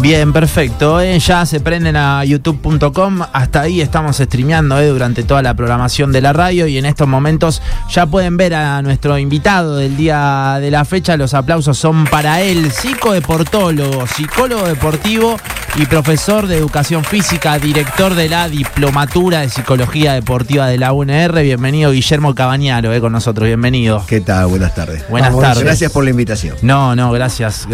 Bien, perfecto. Ya se prenden a youtube.com. Hasta ahí estamos streameando durante toda la programación de la radio. Y en estos momentos ya pueden ver a nuestro invitado del día de la fecha. Los aplausos son para él. Psicodeportólogo, psicólogo deportivo y profesor de educación física, director de la Diplomatura de Psicología Deportiva de la UNR. Bienvenido, Guillermo Cabañaro, con nosotros. Bienvenido. ¿Qué tal? Buenas tardes. Buenas tardes. Gracias por la invitación. No, gracias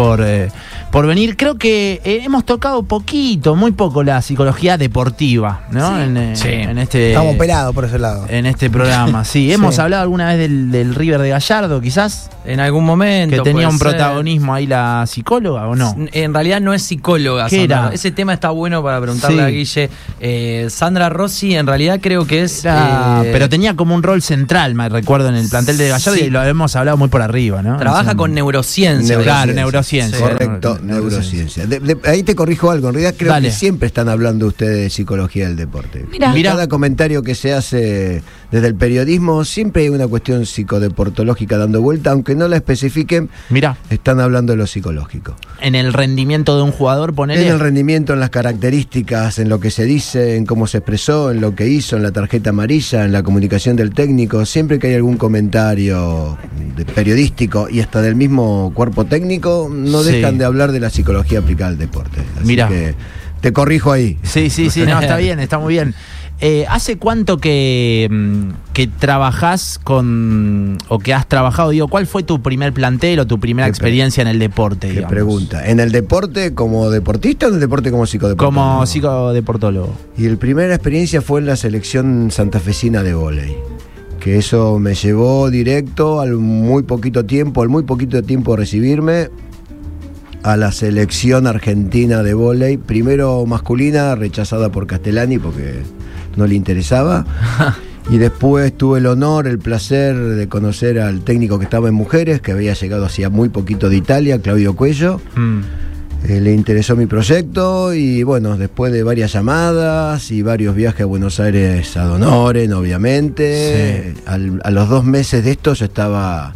por venir. Creo que hemos tocado muy poco la psicología deportiva, ¿no? Sí. En este, estamos pelados por ese lado. En este programa, sí. ¿Hemos hablado alguna vez del River de Gallardo, quizás? En algún momento. Que tenía un protagonismo ahí la psicóloga, ¿o no? En realidad no es psicóloga, ¿Qué Sandra. era? Ese tema está bueno para preguntarle a Guille. Sandra Rossi, en realidad creo que es... pero tenía como un rol central, me recuerdo, en el plantel de Gallardo, y lo hemos hablado muy por arriba, ¿no? Trabaja con neurociencia. Claro, neurociencia. Correcto, neurociencia. Ahí te corrijo algo. En realidad creo que siempre están hablando ustedes de psicología del deporte. Mirá. Cada comentario que se hace desde el periodismo, siempre hay una cuestión psicodeportológica dando vuelta, aunque no la especifiquen. Mirá. Están hablando de lo psicológico. En el rendimiento de un jugador, ponele. En el rendimiento, en las características, en lo que se dice, en cómo se expresó, en lo que hizo, en la tarjeta amarilla, en la comunicación del técnico. Siempre que hay algún comentario periodístico y hasta del mismo cuerpo técnico, no dejan de hablar de la psicología aplicada al deporte. Así que te corrijo ahí. Sí, no, está bien, está muy bien. ¿Hace cuánto que trabajás o que has trabajado? Digo, ¿cuál fue tu primer plantel o tu primera experiencia en el deporte? ¿Qué pregunta? ¿En el deporte como deportista o en el deporte como psicodeportólogo? Como psicodeportólogo. Y la primera experiencia fue en la selección santafesina de vóley. Que eso me llevó directo al muy poquito tiempo de recibirme a la selección argentina de vóley, primero masculina, rechazada por Castellani porque no le interesaba, y después tuve el honor, el placer de conocer al técnico que estaba en mujeres, que había llegado hacía muy poquito de Italia, Claudio Cuello. Le interesó mi proyecto y bueno, después de varias llamadas y varios viajes a Buenos Aires ad honorem, obviamente, a los 2 meses de esto yo estaba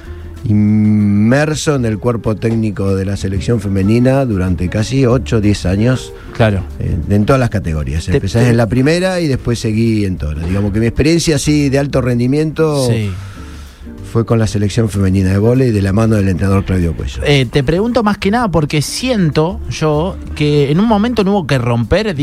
inmerso en el cuerpo técnico de la selección femenina durante casi 8 o 10 años. Claro. En todas las categorías. Empecé en la primera y después seguí en todas. Digamos que mi experiencia así de alto rendimiento fue con la selección femenina de vóley de la mano del entrenador Claudio Cuello. Te pregunto más que nada porque siento yo que en un momento no hubo que romper,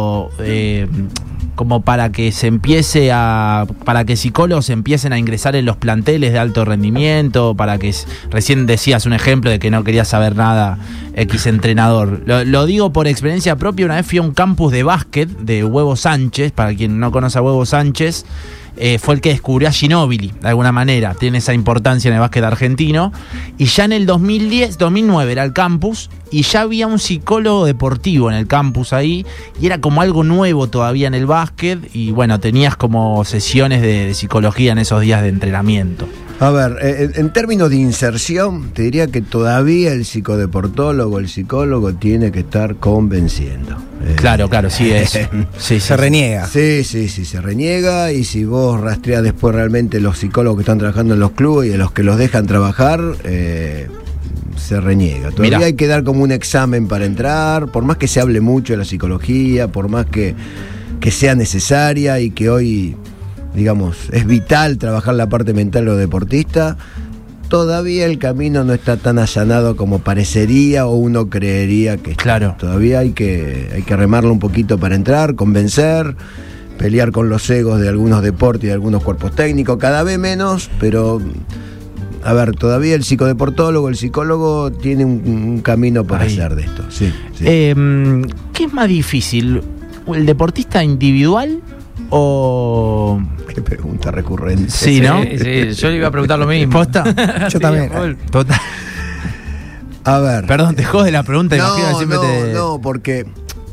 como para que para que psicólogos empiecen a ingresar en los planteles de alto rendimiento, para que recién decías un ejemplo de que no querías saber nada X entrenador. Lo digo por experiencia propia. Una vez fui a un campus de básquet de Huevo Sánchez. Para quien no conoce a Huevo Sánchez, fue el que descubrió a Ginóbili, de alguna manera. Tiene esa importancia en el básquet argentino. Y ya en el 2009 era el campus y ya había un psicólogo deportivo en el campus ahí, y era como algo nuevo todavía en el básquet, y bueno, tenías como sesiones de psicología en esos días de entrenamiento. A ver, en términos de inserción, te diría que todavía el psicodeportólogo, el psicólogo, tiene que estar convenciendo. Claro, sí, es. Se reniega. Sí, se reniega, y si vos rastreás después realmente los psicólogos que están trabajando en los clubes y a los que los dejan trabajar, se reniega. Todavía hay que dar como un examen para entrar, por más que se hable mucho de la psicología, por más que sea necesaria y que hoy, digamos, es vital trabajar la parte mental de los deportistas, todavía el camino no está tan allanado como parecería o uno creería que está. Claro. Todavía hay que remarlo un poquito para entrar, convencer, pelear con los egos de algunos deportes y de algunos cuerpos técnicos, cada vez menos, pero a ver, todavía el psicodeportólogo, el psicólogo tiene un camino para hacer de esto. Sí. ¿Qué es más difícil? ¿El deportista individual o...? Qué pregunta recurrente. Sí, ¿no? Sí, yo le iba a preguntar lo mismo. ¿Posta? Yo también. Total. A ver. Perdón, te jode la pregunta. No, porque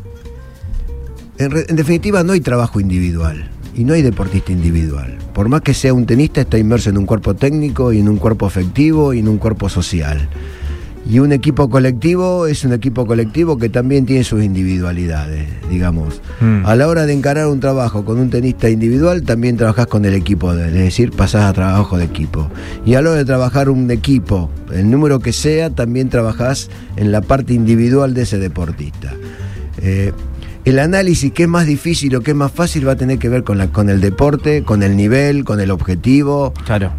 en definitiva no hay trabajo individual y no hay deportista individual. Por más que sea un tenista, está inmerso en un cuerpo técnico y en un cuerpo afectivo y en un cuerpo social. Y un equipo colectivo es un equipo colectivo que también tiene sus individualidades, digamos. A la hora de encarar un trabajo con un tenista individual, también trabajás con el equipo, es decir, pasás a trabajo de equipo. Y a la hora de trabajar un equipo, el número que sea, también trabajás en la parte individual de ese deportista. El análisis, qué es más difícil o qué es más fácil, va a tener que ver con el deporte, con el nivel, con el objetivo. Claro.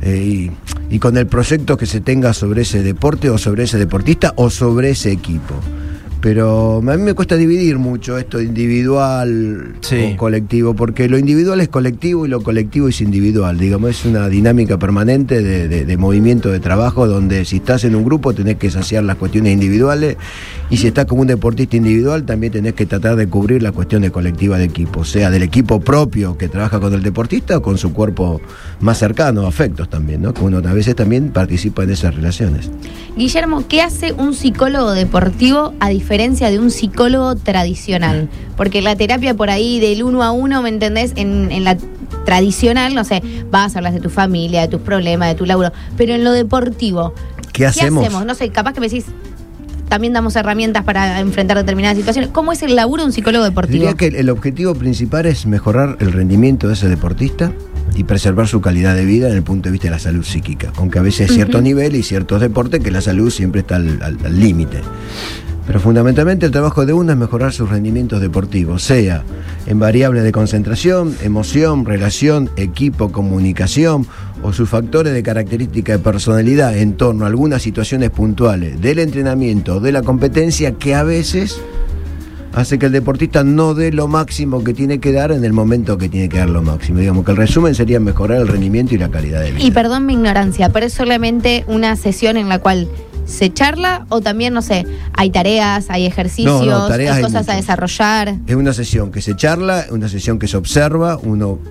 Y con el proyecto que se tenga sobre ese deporte o sobre ese deportista o sobre ese equipo. Pero a mí me cuesta dividir mucho esto de individual o colectivo, porque lo individual es colectivo y lo colectivo es individual. Digamos, es una dinámica permanente de movimiento de trabajo, donde si estás en un grupo tenés que saciar las cuestiones individuales, y si estás como un deportista individual también tenés que tratar de cubrir las cuestiones colectivas de equipo, sea del equipo propio que trabaja con el deportista o con su cuerpo más cercano, afectos también, ¿no? Que uno a veces también participa en esas relaciones. Guillermo, ¿qué hace un psicólogo deportivo a diferencia de un psicólogo tradicional? Porque la terapia por ahí del 1 a 1, ¿me entendés? En la tradicional, no sé, vas a hablar de tu familia, de tus problemas, de tu laburo, pero en lo deportivo, ¿qué hacemos? No sé, capaz que me decís, también damos herramientas para enfrentar determinadas situaciones. ¿Cómo es el laburo de un psicólogo deportivo? Diría que el objetivo principal es mejorar el rendimiento de ese deportista y preservar su calidad de vida en el punto de vista de la salud psíquica, aunque a veces cierto nivel y ciertos deportes que la salud siempre está al límite. Pero fundamentalmente el trabajo de uno es mejorar sus rendimientos deportivos, sea en variables de concentración, emoción, relación, equipo, comunicación, o sus factores de característica de personalidad en torno a algunas situaciones puntuales del entrenamiento o de la competencia, que a veces hace que el deportista no dé lo máximo que tiene que dar en el momento que tiene que dar lo máximo. Digamos que el resumen sería mejorar el rendimiento y la calidad de vida. Y perdón mi ignorancia, pero es solamente una sesión en la cual se charla, o también, no sé, hay tareas, hay ejercicios, hay cosas a desarrollar. Es una sesión que se charla, una sesión que se observa.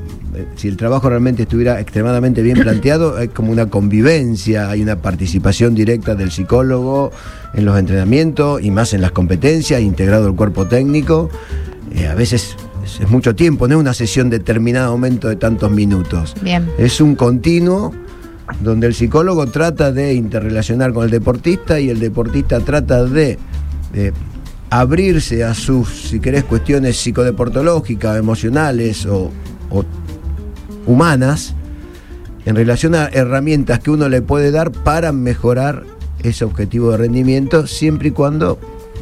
Si el trabajo realmente estuviera extremadamente bien planteado, hay como una convivencia, hay una participación directa del psicólogo en los entrenamientos y más en las competencias, integrado el cuerpo técnico. A veces es mucho tiempo, no es una sesión de determinado momento de tantos minutos. Bien. Es un continuo donde el psicólogo trata de interrelacionar con el deportista y el deportista trata de abrirse a sus, si querés, cuestiones psicodeportológicas, emocionales o humanas, en relación a herramientas que uno le puede dar para mejorar ese objetivo de rendimiento, siempre y cuando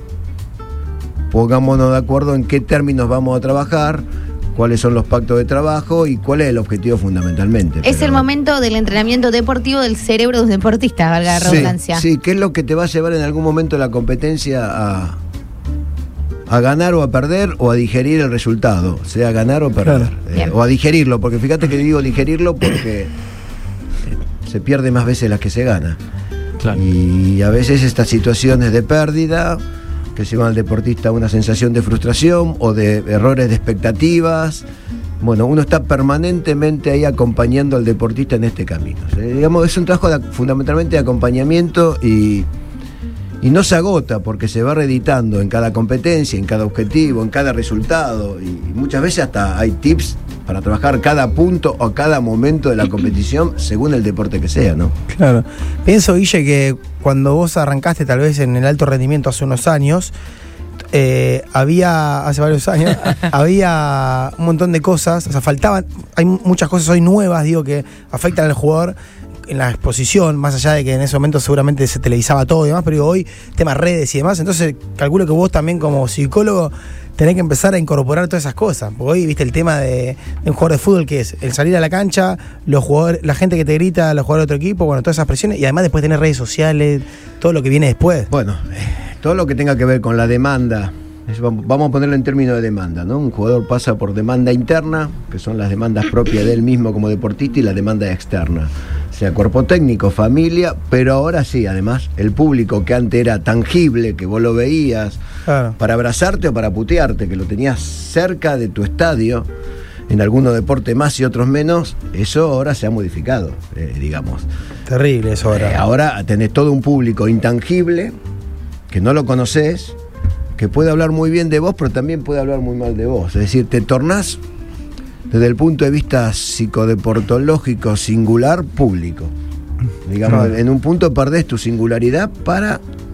pongámonos de acuerdo en qué términos vamos a trabajar, cuáles son los pactos de trabajo y cuál es el objetivo fundamentalmente. Es el momento del entrenamiento deportivo del cerebro de un deportista, valga la redundancia. Sí, ¿qué es lo que te va a llevar en algún momento la competencia a ganar o a perder, o a digerir el resultado, sea ganar o perder, o a digerirlo? Porque fíjate que digo digerirlo porque se pierde más veces las que se gana. Claro. Y a veces estas situaciones de pérdida que llevan al deportista a una sensación de frustración o de errores de expectativas. Bueno, uno está permanentemente ahí acompañando al deportista en este camino. Digamos, es un trabajo fundamentalmente de acompañamiento y no se agota, porque se va reeditando en cada competencia, en cada objetivo, en cada resultado, y muchas veces hasta hay tips para trabajar cada punto o cada momento de la competición según el deporte que sea, ¿no? Claro. Pienso, Guille, que cuando vos arrancaste tal vez en el alto rendimiento hace unos años, hace varios años, había un montón de cosas, o sea, hay muchas cosas hoy nuevas, digo, que afectan al jugador en la exposición, más allá de que en ese momento seguramente se televisaba todo y demás, pero digo, hoy temas redes y demás, entonces calculo que vos también como psicólogo tenés que empezar a incorporar todas esas cosas, porque hoy viste el tema de un jugador de fútbol, que es el salir a la cancha, los jugadores, la gente que te grita, los jugadores de otro equipo, bueno, todas esas presiones, y además después tener redes sociales, todo lo que viene después. Bueno, todo lo que tenga que ver con la demanda, vamos a ponerlo en términos de demanda, ¿no? Un jugador pasa por demanda interna, que son las demandas propias de él mismo como deportista, y la demanda externa, sea cuerpo técnico, familia, pero ahora sí, además, el público que antes era tangible, que vos lo veías, claro, para abrazarte o para putearte, que lo tenías cerca de tu estadio, en algunos deportes más y otros menos, eso ahora se ha modificado, digamos. Terrible eso ahora. Ahora tenés todo un público intangible, que no lo conocés, que puede hablar muy bien de vos, pero también puede hablar muy mal de vos. Es decir, te tornás, desde el punto de vista psicodeportológico singular, público. Digamos, en un punto perdés tu singularidad para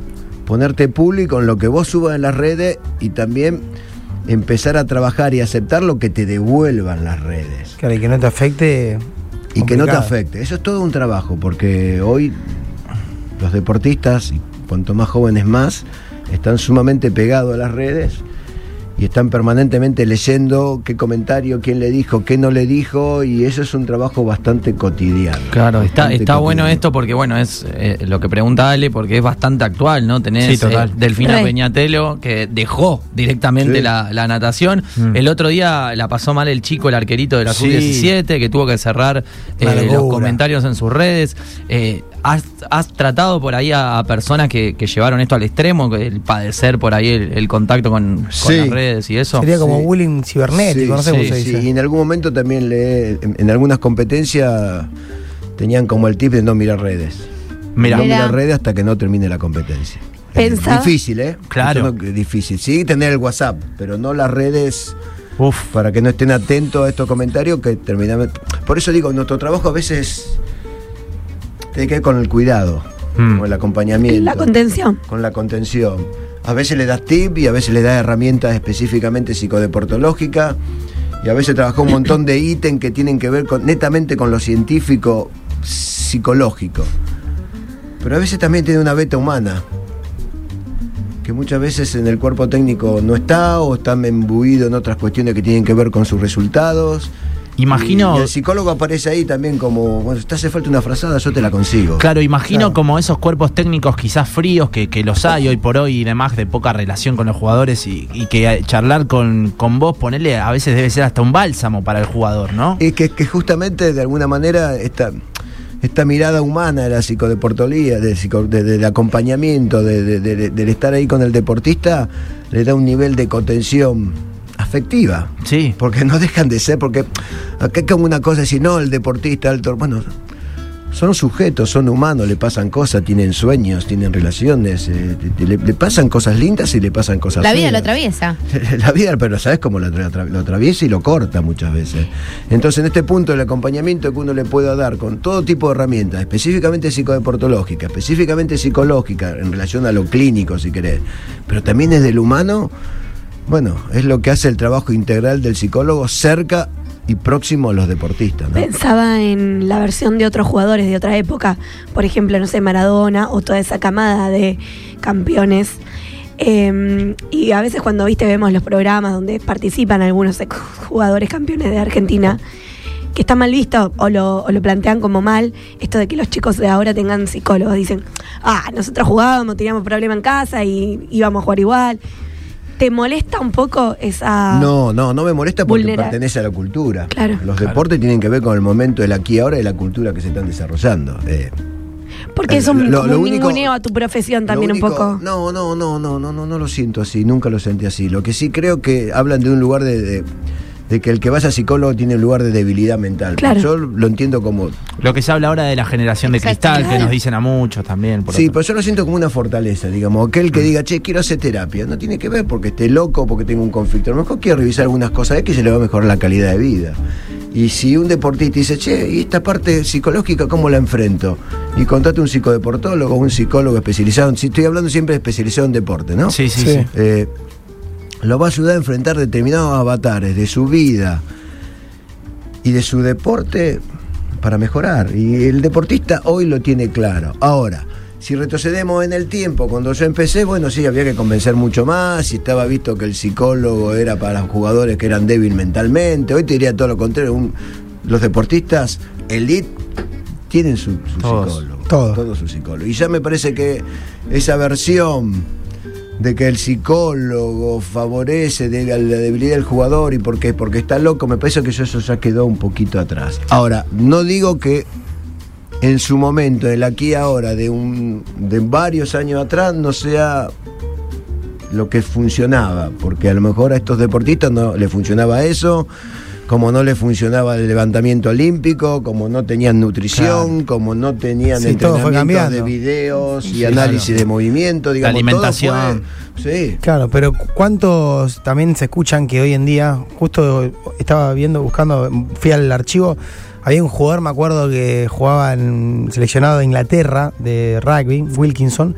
ponerte público en lo que vos subas en las redes y también empezar a trabajar y aceptar lo que te devuelvan las redes. Claro, y que no te afecte. Y que no te complicado. afecte. Eso es todo un trabajo, porque hoy los deportistas, y cuanto más jóvenes más, están sumamente pegados a las redes y están permanentemente leyendo qué comentario, quién le dijo, qué no le dijo, y eso es un trabajo bastante cotidiano. Claro, está Bastante bueno cotidiano. esto porque, bueno, es lo que pregunta Ale, porque es bastante actual, ¿no? Tenés Sí, total. Delfina Re. Peñatelo, que dejó directamente Sí. la natación. Mm. El otro día la pasó mal el chico, el arquerito de la Sí. Sub-17, que tuvo que cerrar Una los locura. comentarios en sus redes. ¿Has tratado por ahí a personas que llevaron esto al extremo, el padecer por ahí el contacto con Sí. las redes y eso? Sería como Sí. bullying cibernético, no sé cómo se dice. Y en algún momento también en algunas competencias tenían como el tip de no mirar redes. Mira. No Mira. mirar redes hasta que no termine la competencia. Pensaba- Difícil, ¿eh? Claro. Eso es difícil. Sí, tener el WhatsApp, pero no las redes Uf. para que no estén atentos a estos comentarios que terminan. Por eso digo, nuestro trabajo a veces tiene que ver con el cuidado, con el acompañamiento. La contención. Con la contención. A veces le das tip y a veces le das herramientas específicamente psicodeportológicas, y a veces trabajó un montón de ítems que tienen que ver netamente con lo científico psicológico. Pero a veces también tiene una beta humana, que muchas veces en el cuerpo técnico no está, o está embuido en otras cuestiones que tienen que ver con sus resultados. Imagino. Y el psicólogo aparece ahí también como, bueno, si te hace falta una frazada, yo te la consigo. Claro, imagino Claro. como esos cuerpos técnicos quizás fríos que los hay hoy por hoy y demás, de poca relación con los jugadores, y que charlar con vos, ponerle, a veces debe ser hasta un bálsamo para el jugador, ¿no? Es que justamente de alguna manera esta mirada humana de la psicodeportología, del acompañamiento, del estar ahí con el deportista, le da un nivel de contención afectiva. Sí. Porque no dejan de ser, porque acá es como una cosa decir, no, el deportista, alto, bueno, son sujetos, son humanos, le pasan cosas, tienen sueños, tienen relaciones, le pasan cosas lindas y le pasan cosas La vida feas. lo atraviesa. La vida, pero ¿sabes cómo lo atraviesa y lo corta muchas veces? Entonces, en este punto, el acompañamiento que uno le pueda dar con todo tipo de herramientas, específicamente psicodeportológicas, específicamente psicológicas, en relación a lo clínico, si querés, pero también es del humano, bueno, es lo que hace el trabajo integral del psicólogo cerca y próximo a los deportistas, ¿no? Pensaba en la versión de otros jugadores de otra época, por ejemplo, no sé, Maradona o toda esa camada de campeones. Y a veces cuando vemos los programas donde participan algunos jugadores campeones de Argentina, que está mal visto o lo plantean como mal, esto de que los chicos de ahora tengan psicólogos. Dicen, nosotros jugábamos, teníamos problema en casa y íbamos a jugar igual. ¿Te molesta un poco esa...? No me molesta porque vulnerar. pertenece a la cultura. Claro. Los deportes tienen que ver con el momento del aquí y ahora y la cultura que se están desarrollando. Porque es un, Lo como un único- ninguneo a tu profesión también Lo único- un poco. No lo siento así, nunca lo sentí así. Lo que sí creo que hablan de un lugar de que el que vaya a psicólogo tiene un lugar de debilidad mental. Claro. Yo lo entiendo como... Lo que se habla ahora de la generación de Exacto. cristal, que Claro. nos dicen a muchos también. Por Sí, otro. pero yo lo siento como una fortaleza, digamos. Aquel que diga, che, quiero hacer terapia, no tiene que ver porque esté loco, porque tenga un conflicto. A lo mejor quiere revisar algunas cosas de que se le va a mejorar la calidad de vida. Y si un deportista dice, che, ¿y esta parte psicológica cómo la enfrento? Y contrate un psicodeportólogo, un psicólogo especializado. Si estoy hablando siempre de especializado en deporte, ¿no? Sí, sí, Sí. sí. Lo va a ayudar a enfrentar determinados avatares de su vida y de su deporte para mejorar. Y el deportista hoy lo tiene claro. Ahora, si retrocedemos en el tiempo, cuando yo empecé, bueno, sí, había que convencer mucho más, y estaba visto que el psicólogo era para jugadores que eran débiles mentalmente. Hoy te diría todo lo contrario, los deportistas elite tienen su Todos. psicólogo. Todos. Todos su psicólogo. Y ya me parece que esa versión de que el psicólogo favorece la debilidad del jugador y porque está loco, me parece que eso ya quedó un poquito atrás. Ahora, no digo que en su momento, el aquí y ahora, de varios años atrás, no sea lo que funcionaba, porque a lo mejor a estos deportistas no les funcionaba eso, como no les funcionaba el levantamiento olímpico, como no tenían nutrición, como no tenían Sí, todo fue entrenamientos cambiando. de videos y Sí, análisis claro. de movimiento, digamos, La alimentación. todo fue- sí. Claro, pero ¿cuántos también se escuchan que hoy en día, justo estaba buscando, fui al archivo, había un jugador, me acuerdo, que jugaba en seleccionado de Inglaterra de rugby, Wilkinson,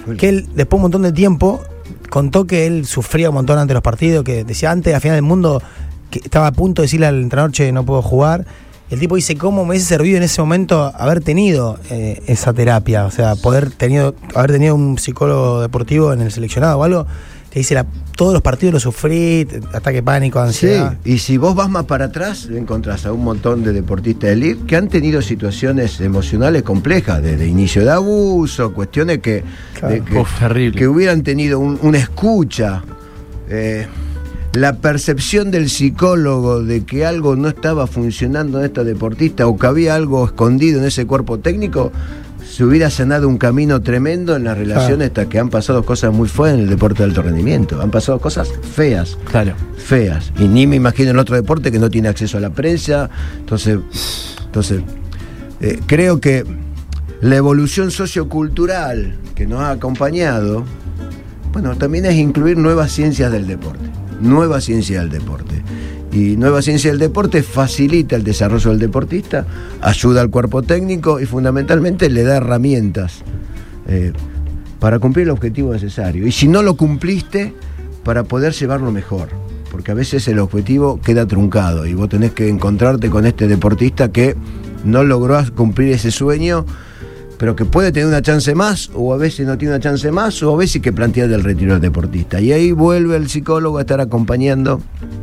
que él, después de un montón de tiempo, contó que él sufría un montón ante los partidos, que decía antes, a final del mundo, que estaba a punto de decirle al entrenador, che, no puedo jugar. El tipo dice, ¿cómo me hubiese servido en ese momento haber tenido esa terapia? O sea, haber tenido un psicólogo deportivo en el seleccionado o algo, que dice, todos los partidos los sufrí, ataque pánico, ansiedad. Sí, y si vos vas más para atrás, encontrás a un montón de deportistas de elite que han tenido situaciones emocionales complejas, desde inicio de abuso, cuestiones que terrible. Que hubieran tenido una escucha. La percepción del psicólogo de que algo no estaba funcionando en estos deportistas o que había algo escondido en ese cuerpo técnico, se hubiera sanado un camino tremendo en las relaciones, hasta que han pasado cosas muy feas en el deporte de alto rendimiento. Han pasado cosas feas. Claro. Feas. Y ni me imagino en otro deporte que no tiene acceso a la prensa. Entonces creo que la evolución sociocultural que nos ha acompañado, bueno, también es incluir nuevas ciencias del deporte. Nueva ciencia del deporte. Y nueva ciencia del deporte facilita el desarrollo del deportista, ayuda al cuerpo técnico y fundamentalmente le da herramientas para cumplir el objetivo necesario. Y si no lo cumpliste, para poder llevarlo mejor. Porque a veces el objetivo queda truncado y vos tenés que encontrarte con este deportista que no logró cumplir ese sueño, pero que puede tener una chance más, o a veces no tiene una chance más, o a veces que plantea el retiro del deportista. Y ahí vuelve el psicólogo a estar acompañando.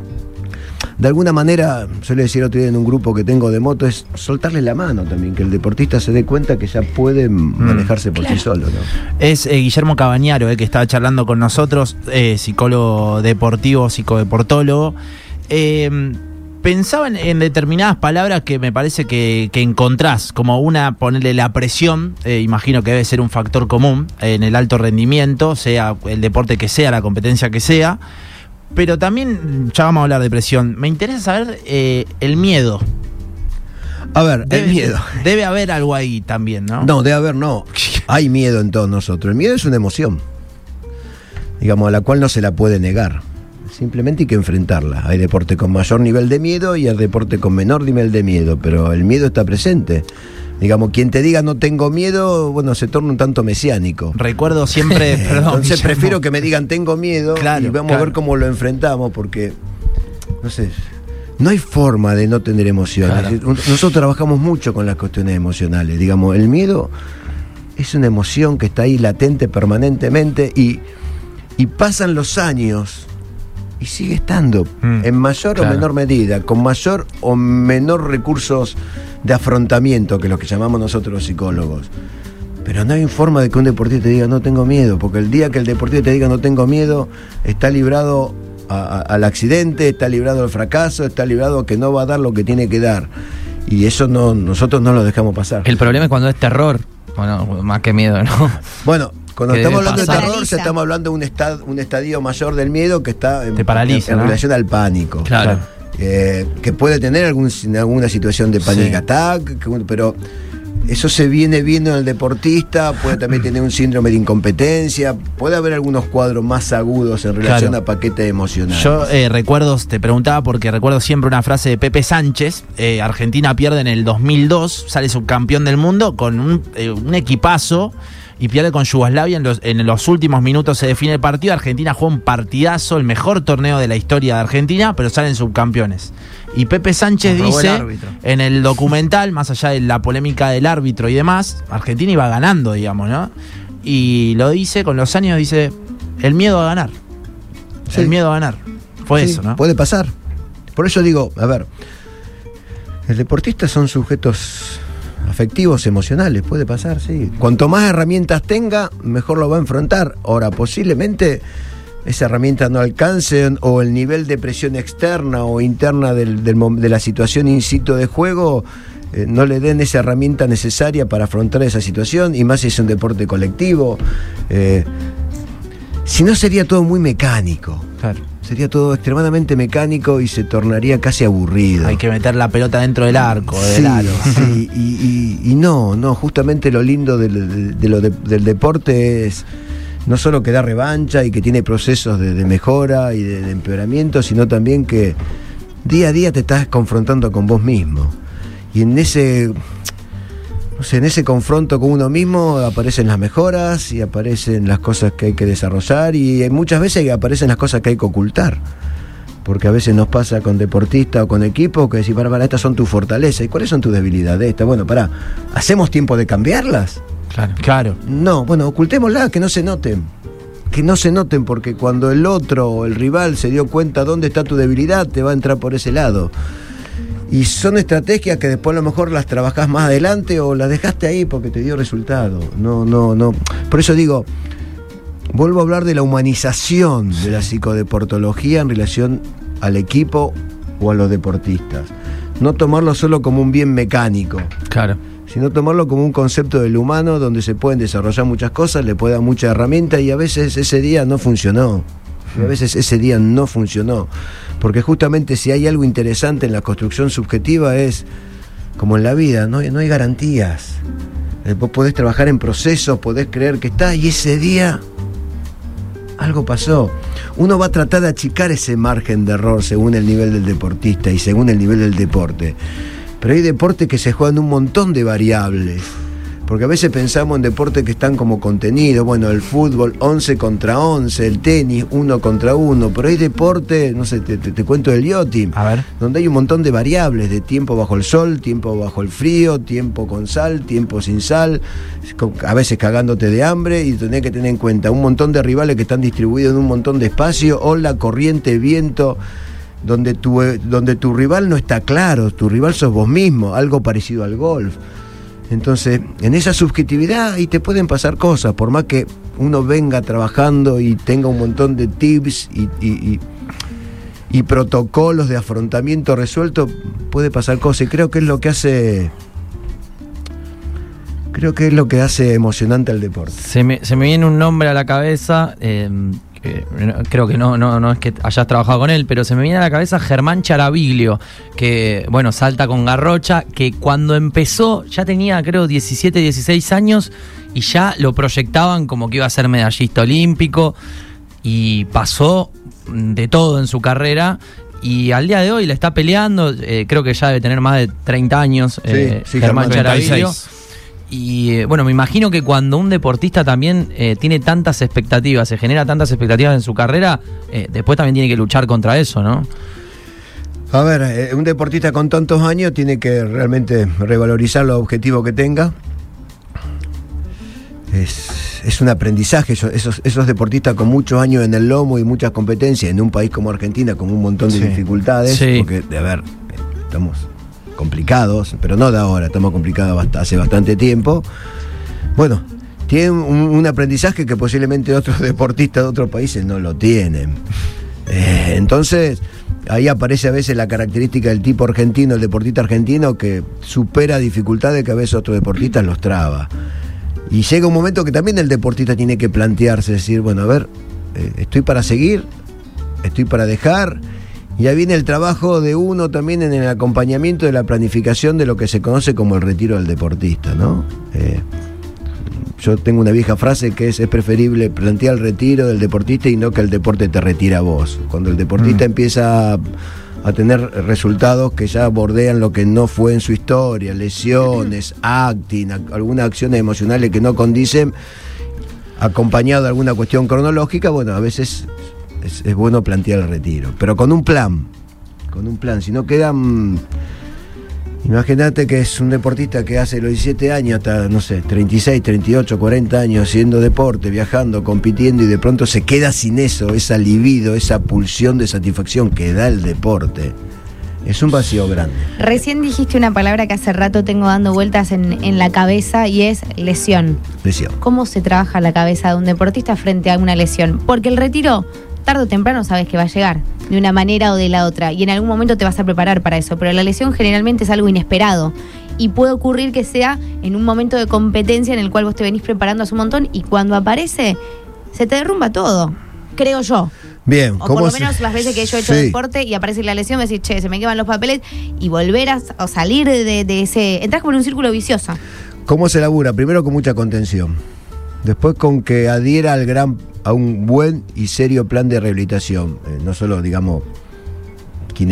De alguna manera, suele decir otro día en un grupo que tengo de moto, es soltarle la mano también, que el deportista se dé cuenta que ya puede manejarse por sí solo, ¿no? Es Guillermo Cabañaro, que estaba charlando con nosotros, psicólogo deportivo, psicodeportólogo. Pensaba en determinadas palabras que me parece que encontrás, como una, ponerle la presión, imagino que debe ser un factor común en el alto rendimiento, sea el deporte que sea, la competencia que sea, pero también, ya vamos a hablar de presión, me interesa saber el miedo. A ver, el miedo. Debe haber algo ahí también, ¿no? No, debe haber, no. Hay miedo en todos nosotros. El miedo es una emoción, digamos, a la cual no se la puede negar. Simplemente hay que enfrentarla. Hay deporte con mayor nivel de miedo y hay deporte con menor nivel de miedo, pero el miedo está presente. Digamos, quien te diga no tengo miedo, bueno, se torna un tanto mesiánico. Recuerdo siempre, perdón. Entonces Guillermo, prefiero que me digan tengo miedo, claro, y vamos a ver cómo lo enfrentamos, porque, no sé, no hay forma de no tener emociones. Claro. Nosotros trabajamos mucho con las cuestiones emocionales. Digamos, el miedo es una emoción que está ahí latente permanentemente y pasan los años y sigue estando en mayor o menor medida, con mayor o menor recursos de afrontamiento que los que llamamos nosotros los psicólogos. Pero no hay forma de que un deportista te diga no tengo miedo, porque el día que el deportista te diga no tengo miedo, está librado al accidente, está librado al fracaso, está librado a que no va a dar lo que tiene que dar. Y eso nosotros no lo dejamos pasar. El problema es cuando es terror, bueno, más que miedo, ¿no? Bueno, cuando estamos hablando de terror, Paraliza. estamos hablando de un estadio mayor del miedo que está Te paraliza, en ¿no? relación al pánico. Claro. Que puede tener alguna situación de panic Sí. attack, pero eso se viene viendo en el deportista, puede también tener un síndrome de incompetencia, puede haber algunos cuadros más agudos en relación Claro. a paquetes emocionales. Yo recuerdo, te preguntaba porque recuerdo siempre una frase de Pepe Sánchez. Argentina pierde en el 2002, sale subcampeón del mundo con un equipazo y pierde con Yugoslavia. En los últimos minutos se define el partido. Argentina juega un partidazo, el mejor torneo de la historia de Argentina, pero salen subcampeones. Y Pepe Sánchez Nos robó el dice árbitro. en el documental, más allá de la polémica del árbitro y demás, Argentina iba ganando, digamos, ¿no? Y lo dice, con los años dice, el miedo a ganar. Sí. El miedo a ganar. Fue Sí, eso, ¿no? puede pasar. Por eso digo, a ver, el deportista son sujetos afectivos, emocionales, puede pasar, sí. Cuanto más herramientas tenga, mejor lo va a enfrentar. Ahora, posiblemente esa herramienta no alcance, o el nivel de presión externa o interna de la situación in situ de juego no le den esa herramienta necesaria para afrontar esa situación, y más si es un deporte colectivo. Si no, sería todo muy mecánico. Claro. Sería todo extremadamente mecánico y se tornaría casi aburrido. Hay que meter la pelota dentro del arco, del Sí, aro. sí, y no, justamente lo lindo del deporte es no solo que da revancha y que tiene procesos de mejora y de empeoramiento, sino también que día a día te estás confrontando con vos mismo. Y en ese, no no sé, en ese confronto con uno mismo aparecen las mejoras y aparecen las cosas que hay que desarrollar y muchas veces aparecen las cosas que hay que ocultar. Porque a veces nos pasa con deportistas o con equipos que decís, para, estas son tus fortalezas. ¿Y cuáles son tus debilidades? Bueno, ¿hacemos tiempo de cambiarlas? Claro. No, bueno, ocultémoslas, que no se noten. Que no se noten, porque cuando el otro o el rival se dio cuenta dónde está tu debilidad, te va a entrar por ese lado. Y son estrategias que después a lo mejor las trabajás más adelante o las dejaste ahí porque te dio resultado. No. Por eso digo, vuelvo a hablar de la humanización de la psicodeportología en relación al equipo o a los deportistas. No tomarlo solo como un bien mecánico. Claro. Sino tomarlo como un concepto del humano donde se pueden desarrollar muchas cosas, le puede dar muchas herramientas y a veces ese día no funcionó. Porque justamente si hay algo interesante en la construcción subjetiva es, como en la vida, no hay garantías. Vos podés trabajar en procesos, podés creer que está y ese día algo pasó. Uno va a tratar de achicar ese margen de error según el nivel del deportista y según el nivel del deporte. Pero hay deportes que se juegan un montón de variables. Porque a veces pensamos en deportes que están como contenidos. Bueno, el fútbol 11 contra 11, el tenis 1 contra 1. Pero hay deportes, no sé, te cuento del yachting. A ver. Donde hay un montón de variables, de tiempo bajo el sol, tiempo bajo el frío, tiempo con sal, tiempo sin sal, a veces cagándote de hambre, y tenés que tener en cuenta un montón de rivales que están distribuidos en un montón de espacio, ola, corriente, viento, donde tu rival no está claro, tu rival sos vos mismo, algo parecido al golf. Entonces, en esa subjetividad ahí te pueden pasar cosas, por más que uno venga trabajando y tenga un montón de tips y protocolos de afrontamiento resuelto, puede pasar cosas, y creo que es lo que hace emocionante al deporte. Se me viene un nombre a la cabeza, creo que no es que hayas trabajado con él, pero se me viene a la cabeza Germán Charaviglio, que bueno, salta con Garrocha, que cuando empezó ya tenía creo 17, 16 años y ya lo proyectaban como que iba a ser medallista olímpico, y pasó de todo en su carrera. Y al día de hoy la está peleando, creo que ya debe tener más de 30 años, sí, Germán Charaviglio. 36. Y bueno, me imagino que cuando un deportista también tiene tantas expectativas, se genera tantas expectativas en su carrera, después también tiene que luchar contra eso, ¿no? A ver, un deportista con tantos años tiene que realmente revalorizar los objetivos que tenga. Es un aprendizaje, esos deportistas con muchos años en el lomo y muchas competencias en un país como Argentina con un montón de dificultades, porque, a ver, estamos complicados, pero no de ahora, estamos complicados hace bastante tiempo. Bueno, tienen un aprendizaje que posiblemente otros deportistas de otros países no lo tienen. Entonces, ahí aparece a veces la característica del tipo argentino, el deportista argentino, que supera dificultades que a veces otros deportistas los traba. Y llega un momento que también el deportista tiene que plantearse, decir, bueno, a ver, estoy para seguir, estoy para dejar. Y ahí viene el trabajo de uno también en el acompañamiento de la planificación de lo que se conoce como el retiro del deportista, ¿no? Yo tengo una vieja frase que es preferible plantear el retiro del deportista y no que el deporte te retire a vos. Cuando el deportista empieza a tener resultados que ya bordean lo que no fue en su historia, lesiones, acting, algunas acciones emocionales que no condicen, acompañado de alguna cuestión cronológica, bueno, a veces es bueno plantear el retiro, pero con un plan, si no quedan. Imagínate que es un deportista que hace los 17 años hasta, no sé, 36, 38, 40 años haciendo deporte, viajando, compitiendo, y de pronto se queda sin eso, esa libido, esa pulsión de satisfacción que da el deporte. Es un vacío grande. Recién dijiste una palabra que hace rato tengo dando vueltas en la cabeza, y es lesión. ¿Cómo se trabaja la cabeza de un deportista frente a una lesión? Porque el retiro, tarde o temprano sabes que va a llegar, de una manera o de la otra, y en algún momento te vas a preparar para eso, pero la lesión generalmente es algo inesperado, y puede ocurrir que sea en un momento de competencia en el cual vos te venís preparando hace un montón, y cuando aparece, se te derrumba todo, creo yo. Bien, o por lo menos las veces que yo he hecho deporte y aparece la lesión, me decís, che, se me queman los papeles, y volver a salir de ese, entras como en un círculo vicioso. ¿Cómo se labura? Primero con mucha contención, después con que adhiera a un buen y serio plan de rehabilitación, no solo, digamos,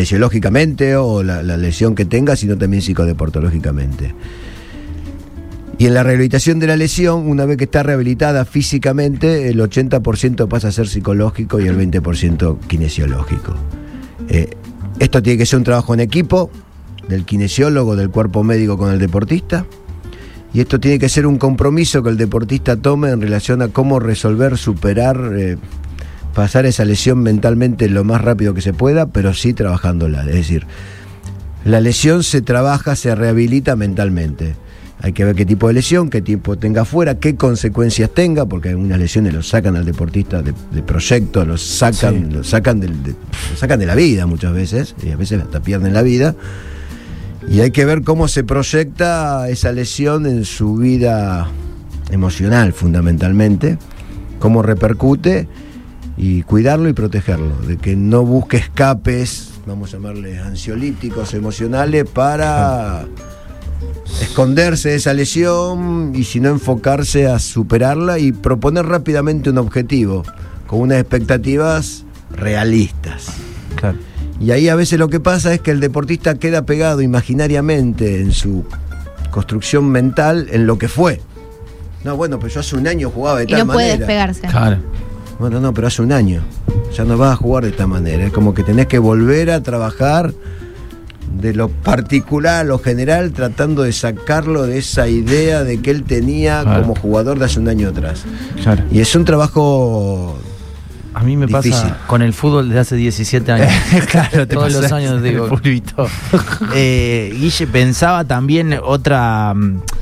kinesiológicamente o la lesión que tenga, sino también psicodeportológicamente. Y en la rehabilitación de la lesión, una vez que está rehabilitada físicamente, el 80% pasa a ser psicológico y el 20% kinesiológico. Esto tiene que ser un trabajo en equipo, del kinesiólogo, del cuerpo médico con el deportista. Y esto tiene que ser un compromiso que el deportista tome en relación a cómo resolver, superar, pasar esa lesión mentalmente lo más rápido que se pueda, pero sí trabajándola. Es decir, la lesión se trabaja, se rehabilita mentalmente. Hay que ver qué tipo de lesión, qué tiempo tenga afuera, qué consecuencias tenga, porque algunas lesiones lo sacan al deportista de proyecto, lo sacan de la vida muchas veces, y a veces hasta pierden la vida. Y hay que ver cómo se proyecta esa lesión en su vida emocional, fundamentalmente, cómo repercute, y cuidarlo y protegerlo, de que no busque escapes, vamos a llamarle ansiolíticos emocionales, para esconderse de esa lesión, y si no, enfocarse a superarla y proponer rápidamente un objetivo con unas expectativas realistas. Claro. Y ahí a veces lo que pasa es que el deportista queda pegado imaginariamente en su construcción mental en lo que fue. No, bueno, pero yo hace un año jugaba de tal manera. Y no puede despegarse. Claro. Bueno, no, pero hace un año ya no vas a jugar de esta manera. Es como que tenés que volver a trabajar de lo particular a lo general, tratando de sacarlo de esa idea de que él tenía como jugador de hace un año atrás. Claro. Y es un trabajo A mí me difícil. pasa con el fútbol desde hace 17 años. Claro, te Todos los pasás años el digo. pulvito. Guille, pensaba también otra...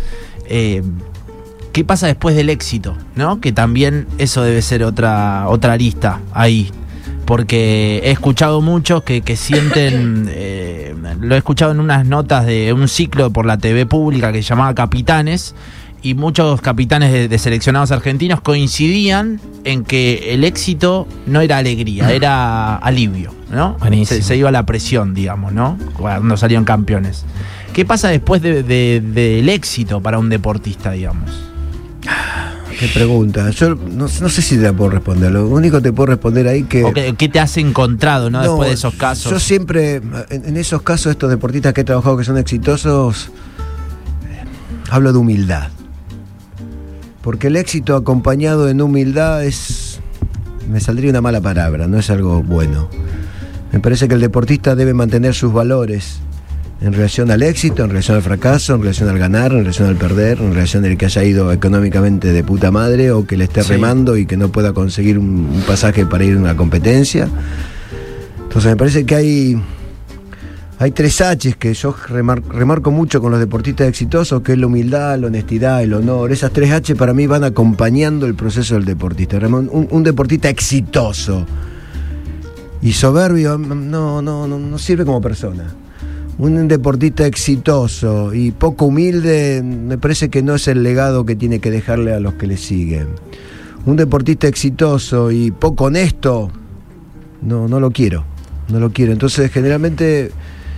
¿qué pasa después del éxito? ¿No? Que también eso debe ser otra arista ahí. Porque he escuchado muchos que sienten... lo he escuchado en unas notas de un ciclo por la TV pública que se llamaba Capitanes, y muchos capitanes de seleccionados argentinos coincidían en que el éxito no era alegría, era alivio, ¿no? Buenísimo. Se iba la presión, digamos, ¿no? Cuando salieron campeones. ¿Qué pasa después del éxito para un deportista, digamos? Qué pregunta. Yo no sé si te la puedo responder. Lo único que te puedo responder ahí que... ¿O qué te has encontrado, ¿no? Después de esos casos. Yo siempre, en esos casos, estos deportistas que he trabajado que son exitosos, hablo de humildad. Porque el éxito acompañado de humildad me saldría una mala palabra, no es algo bueno. Me parece que el deportista debe mantener sus valores en relación al éxito, en relación al fracaso, en relación al ganar, en relación al perder, en relación al que haya ido económicamente de puta madre o que le esté remando y que no pueda conseguir un pasaje para ir a una competencia. Entonces me parece que hay 3 H's que yo remarco mucho con los deportistas exitosos, que es la humildad, la honestidad, el honor. Esas 3 H para mí van acompañando el proceso del deportista. Un deportista exitoso y soberbio no sirve como persona. Un deportista exitoso y poco humilde me parece que no es el legado que tiene que dejarle a los que le siguen. Un deportista exitoso y poco honesto, no lo quiero. Entonces generalmente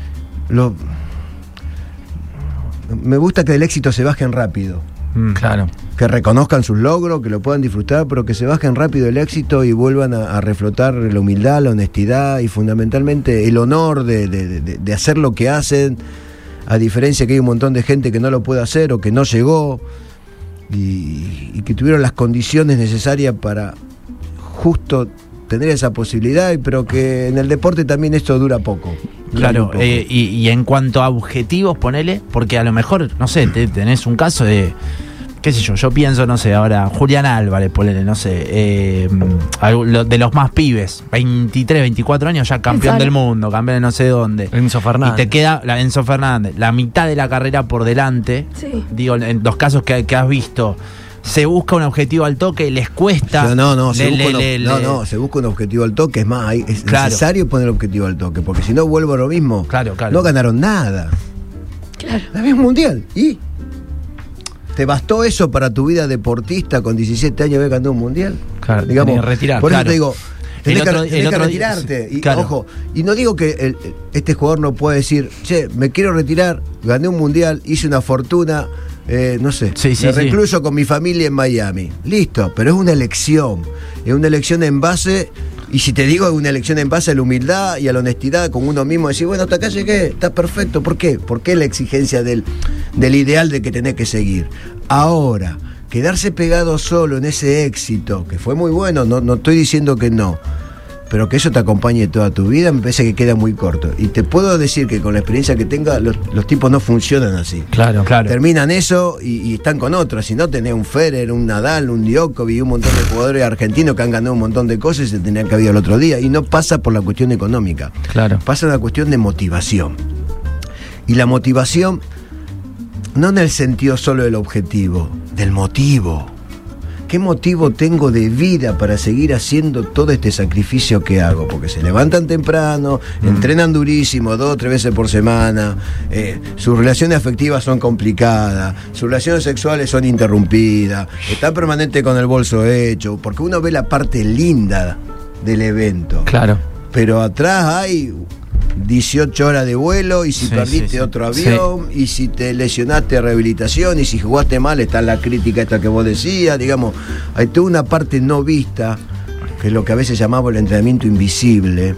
me gusta que del éxito se bajen rápido. Claro. Que reconozcan sus logros, que lo puedan disfrutar, pero que se bajen rápido del éxito y vuelvan a reflotar la humildad, la honestidad y fundamentalmente el honor de hacer lo que hacen, a diferencia que hay un montón de gente que no lo puede hacer o que no llegó y que tuvieron las condiciones necesarias para justo tener esa posibilidad, pero que en el deporte también esto dura poco. Claro, y en cuanto a objetivos, ponele, porque a lo mejor, no sé, tenés un caso de, qué sé yo pienso, no sé, ahora Julián Álvarez, ponele, no sé, de los más pibes, 23, 24 años, ya campeón del mundo, campeón de no sé dónde. Enzo Fernández. Y te queda, Enzo Fernández, la mitad de la carrera por delante. Sí. Digo, en los casos que has visto, se busca un objetivo al toque, les cuesta. Se busca un objetivo al toque. Es más, es necesario poner el objetivo al toque, porque si no vuelvo a lo mismo. Claro. No ganaron nada. Claro. La misma mundial. ¿Y? ¿Te bastó eso para tu vida deportista con 17 años haber ganado un mundial? Claro, digamos, tenés que retirar. por eso Claro. te digo, tenés que día, retirarte. Y, claro. ojo, y no digo que este jugador no pueda decir, che, me quiero retirar, gané un mundial, hice una fortuna, no sé, me recluyo con mi familia en Miami. Listo, pero es una elección. Es una elección en base, y si te digo, es una elección en base a la humildad y a la honestidad con uno mismo. Decir, bueno, hasta acá llegué, está perfecto. ¿Por qué? ¿Por qué la exigencia del ideal de que tenés que seguir? Ahora, quedarse pegado solo en ese éxito, que fue muy bueno, no estoy diciendo que no, pero que eso te acompañe toda tu vida, me parece que queda muy corto. Y te puedo decir que con la experiencia que tenga, los tipos no funcionan así. Claro. Terminan eso y están con otros. Si no, tenés un Federer, un Nadal, un Djokovic y un montón de jugadores argentinos que han ganado un montón de cosas y se tenían que haber ido el otro día. Y no pasa por la cuestión económica. Claro. Pasa la cuestión de motivación. Y la motivación, no en el sentido solo del objetivo, del motivo. ¿Qué motivo tengo de vida para seguir haciendo todo este sacrificio que hago? Porque se levantan temprano, entrenan durísimo, 2 o 3 veces por semana, sus relaciones afectivas son complicadas, sus relaciones sexuales son interrumpidas, están permanente con el bolso hecho, porque uno ve la parte linda del evento. Claro. Pero atrás hay 18 horas de vuelo, y si perdiste otro avión, y si te lesionaste, rehabilitación, y si jugaste mal, está la crítica esta que vos decías, digamos, hay toda una parte no vista, que es lo que a veces llamamos el entrenamiento invisible,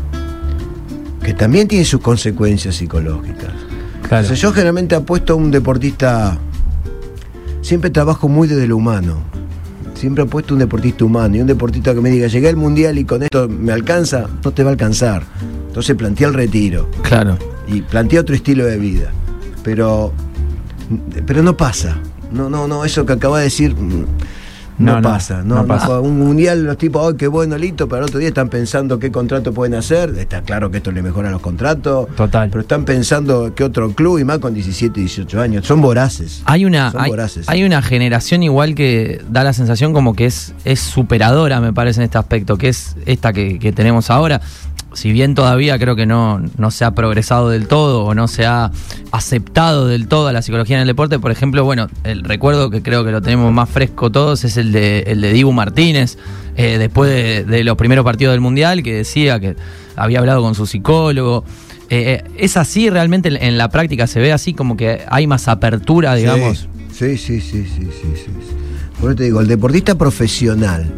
que también tiene sus consecuencias psicológicas. Claro. Entonces, yo generalmente apuesto a un deportista, siempre trabajo muy desde lo humano. Siempre he puesto un deportista humano, y un deportista que me diga, llegué al mundial y con esto me alcanza, no te va a alcanzar. Entonces plantea el retiro. Claro. Y plantea otro estilo de vida. Pero no pasa. No, eso que acaba de decir no pasa. No pasa. Un mundial, los tipos, ¡ay, qué bueno, listo! Pero el otro día están pensando qué contrato pueden hacer. Está claro que esto le mejora los contratos. Total. Pero están pensando qué otro club, y más con 17, 18 años. Son voraces. Hay una generación igual que da la sensación como que es superadora, me parece, en este aspecto, que es esta que tenemos ahora. Si bien todavía creo que no se ha progresado del todo o no se ha aceptado del todo a la psicología en el deporte, por ejemplo, bueno, el recuerdo que creo que lo tenemos más fresco todos es el de Dibu Martínez, después de los primeros partidos del Mundial, que decía que había hablado con su psicólogo. ¿Es así realmente en la práctica? ¿Se ve así como que hay más apertura, digamos? Sí. Por eso te digo, el deportista profesional,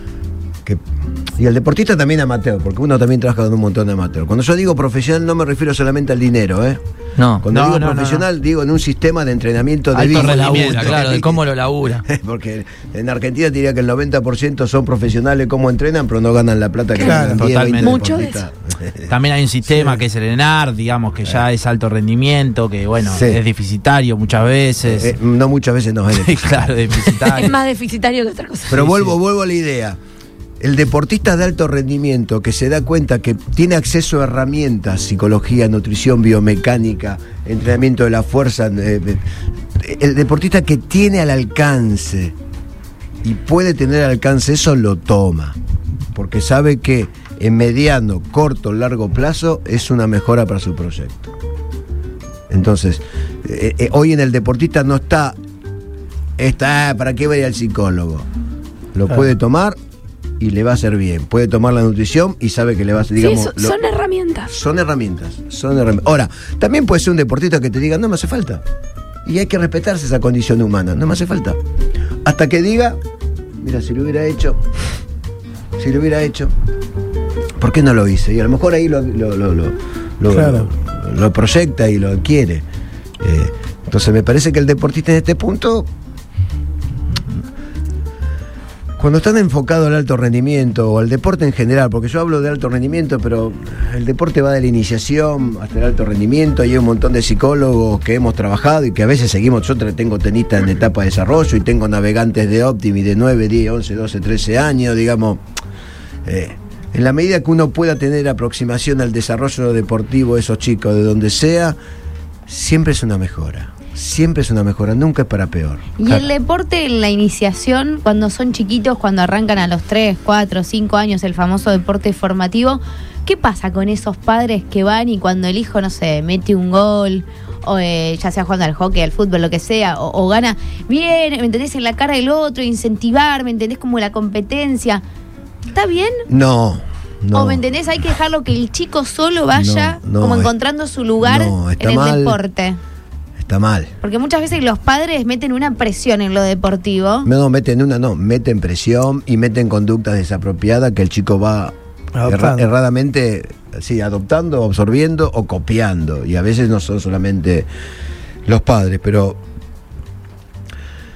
y el deportista también amateur, porque uno también trabaja con un montón de amateur. Cuando yo digo profesional no me refiero solamente al dinero, No. Cuando digo profesional digo en un sistema de entrenamiento de alto vida. rendimiento, claro, de cómo lo labura. Porque en Argentina te diría que el 90% son profesionales como entrenan, pero no ganan la plata que Claro, ganan 10, totalmente. 20 Mucho de deportistas. También hay un sistema que es el ENAR, digamos, que ya es alto rendimiento, que bueno, Sí. es deficitario muchas veces. No, muchas veces no es Claro, deficitario. Es más deficitario que otra cosa. Pero vuelvo a la idea. El deportista de alto rendimiento que se da cuenta que tiene acceso a herramientas, psicología, nutrición, biomecánica, entrenamiento de la fuerza, el deportista que tiene al alcance y puede tener al alcance eso, lo toma, porque sabe que en mediano, corto, largo plazo es una mejora para su proyecto. Entonces, hoy en el deportista no está ¿para qué va a ir al psicólogo? Lo puede tomar y le va a hacer bien. Puede tomar la nutrición y sabe que le va a hacer, digamos... Sí, son herramientas. Son herramientas. Ahora, también puede ser un deportista que te diga, no me hace falta. Y hay que respetarse esa condición humana. No me hace falta. Hasta que diga, mira, si lo hubiera hecho, ¿por qué no lo hice? Y a lo mejor ahí lo proyecta y lo adquiere. Entonces me parece que el deportista en este punto, cuando están enfocados al alto rendimiento o al deporte en general, porque yo hablo de alto rendimiento, pero el deporte va de la iniciación hasta el alto rendimiento, y hay un montón de psicólogos que hemos trabajado y que a veces seguimos. Yo tengo tenistas en etapa de desarrollo y tengo navegantes de Optimi de 9, 10, 11, 12, 13 años, digamos. En la medida que uno pueda tener aproximación al desarrollo deportivo de esos chicos, de donde sea, siempre es una mejora. Siempre es una mejora, nunca es para peor. Y el deporte en la iniciación, cuando son chiquitos, cuando arrancan a los 3, 4, 5 años, el famoso deporte formativo, ¿qué pasa con esos padres que van y cuando el hijo, no sé, mete un gol, o ya sea jugando al hockey, al fútbol, lo que sea, o gana, bien, ¿me entendés? En la cara del otro, incentivar, ¿me entendés? Como la competencia. ¿Está bien? No. ¿O me entendés? Hay que dejarlo que el chico solo vaya No, como encontrando su lugar en el deporte. Está mal. Porque muchas veces los padres meten una presión en lo deportivo. Meten presión y meten conductas desapropiadas que el chico va erradamente adoptando, absorbiendo o copiando. Y a veces no son solamente los padres, pero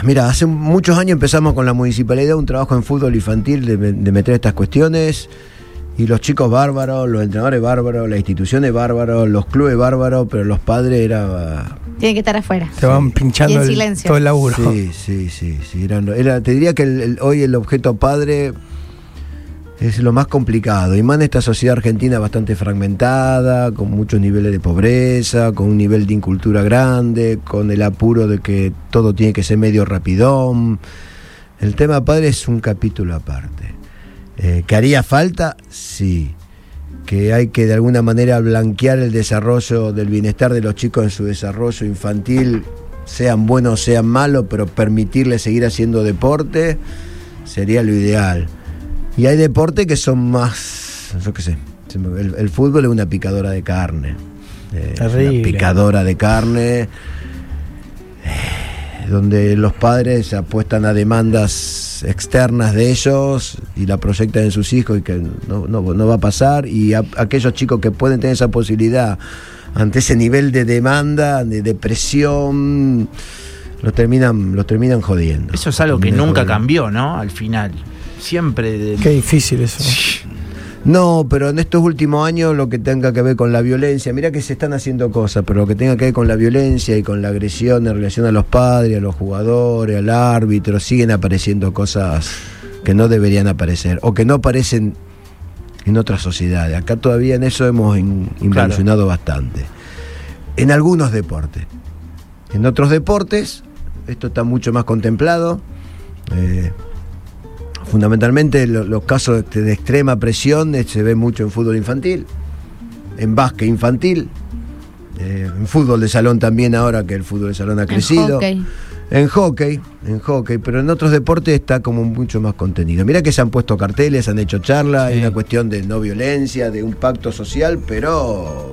Mira, hace muchos años empezamos con la municipalidad un trabajo en fútbol infantil de meter estas cuestiones. Y los chicos bárbaros, los entrenadores bárbaros, las instituciones bárbaros, los clubes bárbaros, pero los padres era... Tienen que estar afuera. Te van pinchando Y en silencio. todo el laburo. Sí. Te diría que hoy el objeto padre es lo más complicado. Y más en esta sociedad argentina bastante fragmentada, con muchos niveles de pobreza, con un nivel de incultura grande, con el apuro de que todo tiene que ser medio rapidón. El tema padre es un capítulo aparte. ¿Que haría falta? Sí. Que hay que de alguna manera blanquear el desarrollo del bienestar de los chicos en su desarrollo infantil, sean buenos o sean malos, pero permitirles seguir haciendo deporte sería lo ideal. Y hay deportes que son más, yo qué sé, el fútbol es una picadora de carne. Una picadora de carne donde los padres apuestan a demandas externas de ellos y la proyectan en sus hijos y que no va a pasar, y aquellos chicos que pueden tener esa posibilidad ante ese nivel de demanda, de presión, los terminan jodiendo. Eso es algo que nunca cambió, ¿no? Al final. Siempre. Qué difícil eso. No, pero en estos últimos años lo que tenga que ver con la violencia, mirá que se están haciendo cosas, pero lo que tenga que ver con la violencia y con la agresión en relación a los padres, a los jugadores, al árbitro, siguen apareciendo cosas que no deberían aparecer o que no aparecen en otras sociedades. Acá todavía en eso hemos involucionado bastante. En algunos deportes. En otros deportes esto está mucho más contemplado. Fundamentalmente los casos de extrema presión se ve mucho en fútbol infantil, en básquet infantil, en fútbol de salón también, ahora que el fútbol de salón ha crecido. En hockey, pero en otros deportes está como mucho más contenido. Mirá que se han puesto carteles, han hecho charlas, hay una cuestión de no violencia, de un pacto social, pero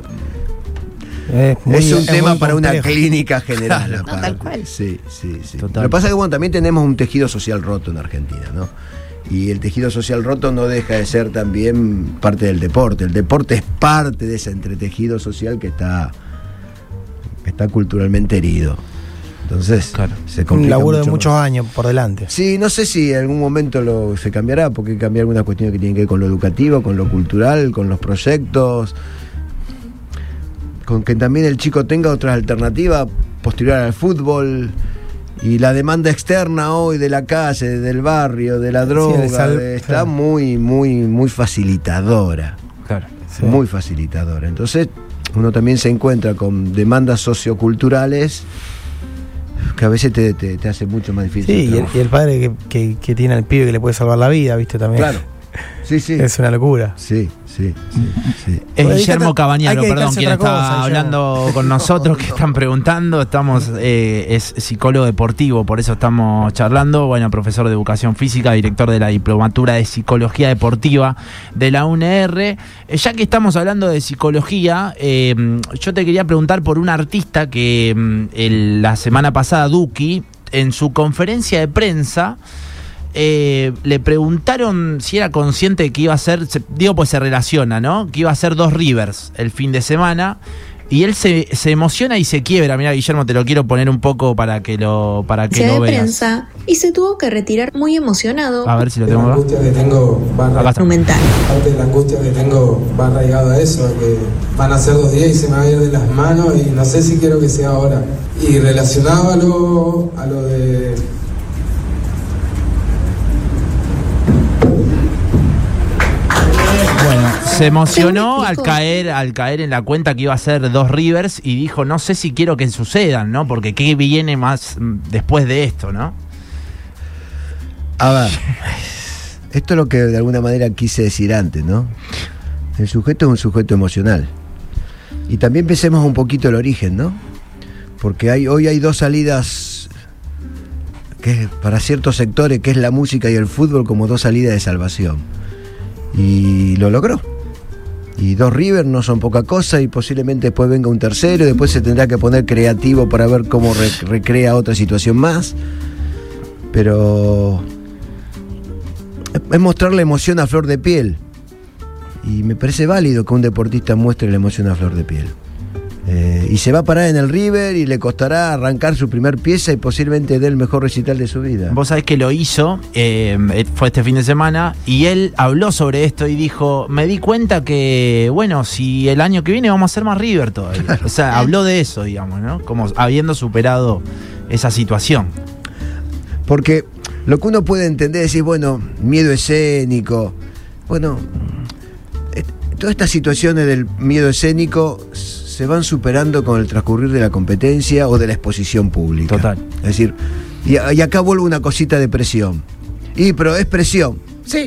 es un tema para una clínica general. No, tal cual. Sí. Lo que pasa es que también tenemos un tejido social roto en Argentina, ¿no? Y el tejido social roto no deja de ser también parte del deporte. El deporte es parte de ese entretejido social que está culturalmente herido. Entonces, se complica. Un laburo de mucho muchos más. años por delante. Sí, no sé si en algún momento se cambiará, porque hay que cambiar algunas cuestiones que tienen que ver con lo educativo, con lo cultural, con los proyectos, con que también el chico tenga otras alternativas posterior al fútbol. Y la demanda externa hoy de la calle, del barrio, de la droga, está muy facilitadora. Claro. Sí. Muy facilitadora. Entonces, uno también se encuentra con demandas socioculturales que a veces te hace mucho más difícil. Sí, y el padre que tiene al pibe que le puede salvar la vida, ¿viste? También. Claro. Sí. Es una locura. Sí. Es Guillermo Cabañaro, hay que perdón, quien dedicarse a otra está cosa, hablando con nosotros, que están preguntando. Estamos, es psicólogo deportivo, por eso estamos charlando. Bueno, profesor de educación física, director de la diplomatura de psicología deportiva de la UNR. Ya que estamos hablando de psicología, yo te quería preguntar por un artista que la semana pasada, Duki, en su conferencia de prensa, le preguntaron si era consciente de que iba a ser, pues se relaciona, ¿no? Que iba a ser 2 Rivers el fin de semana, y él se emociona y se quiebra. Mira, Guillermo, te lo quiero poner un poco para que lo veas. De prensa y se tuvo que retirar muy emocionado. A ver si lo tengo. La angustia que tengo va monumental. Parte de la angustia que tengo va arraigado a eso, a que van a ser 2 días y se me va a ir de las manos y no sé si quiero que sea ahora. Y relacionado a lo de Se emocionó al caer en la cuenta que iba a ser 2 Rivers y dijo, no sé si quiero que sucedan, ¿no? Porque qué viene más después de esto, ¿no? A ver, esto es lo que de alguna manera quise decir antes, ¿no? El sujeto es un sujeto emocional. Y también pensemos un poquito el origen, ¿no? Porque hoy hay 2 salidas que para ciertos sectores, que es la música y el fútbol, como 2 salidas de salvación. Y lo logró. Y 2 River no son poca cosa, y posiblemente después venga un tercero y después se tendrá que poner creativo para ver cómo recrea otra situación más. Pero es mostrar la emoción a flor de piel, y me parece válido que un deportista muestre la emoción a flor de piel. Y se va a parar en el River y le costará arrancar su primer pieza y posiblemente dé el mejor recital de su vida. Vos sabés que lo hizo, fue este fin de semana, y él habló sobre esto y dijo, me di cuenta que, bueno, si el año que viene vamos a ser más River todavía. Claro. O sea, habló de eso, digamos, ¿no? Como habiendo superado esa situación. Porque lo que uno puede entender es decir, bueno, miedo escénico, bueno, todas estas situaciones del miedo escénico se van superando con el transcurrir de la competencia o de la exposición pública. Total. Es decir, y acá vuelve una cosita de presión. Pero es presión. Sí.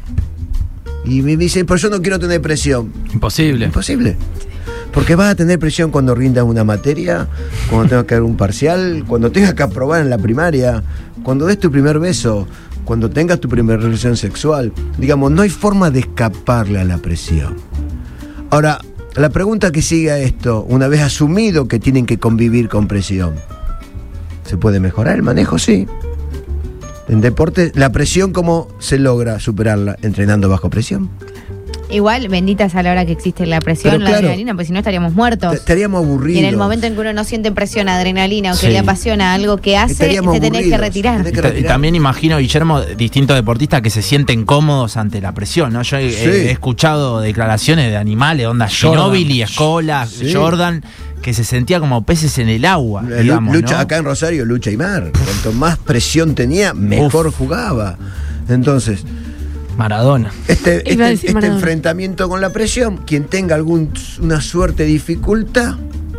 Y me dicen, pero yo no quiero tener presión. Imposible. Porque vas a tener presión cuando rindas una materia, cuando tengas que dar un parcial, cuando tengas que aprobar en la primaria, cuando des tu primer beso, cuando tengas tu primera relación sexual. Digamos, no hay forma de escaparle a la presión. Ahora, la pregunta que sigue a esto, una vez asumido que tienen que convivir con presión, ¿se puede mejorar el manejo? Sí. En deporte, la presión, ¿cómo se logra superarla? Entrenando bajo presión. Igual, benditas a la hora que existe la presión, pero la claro, adrenalina, pues si no estaríamos muertos. Estaríamos aburridos. Y en el momento en que uno no siente presión, adrenalina, o que Sí. le apasiona algo que hace, Estaríamos se tenés que aburridos. retirar. Y también imagino, Guillermo, distintos deportistas que se sienten cómodos ante la presión, ¿no? Yo he escuchado declaraciones de animales, onda Ginóbili, Escola, Sí. Jordan, que se sentía como peces en el agua, digamos, Lucha, ¿no? acá en Rosario, Lucha Aymar. Cuanto más presión tenía, mejor jugaba. Entonces, Maradona. Iba a decir Maradona. enfrentamiento con la presión, quien tenga una suerte de dificultad,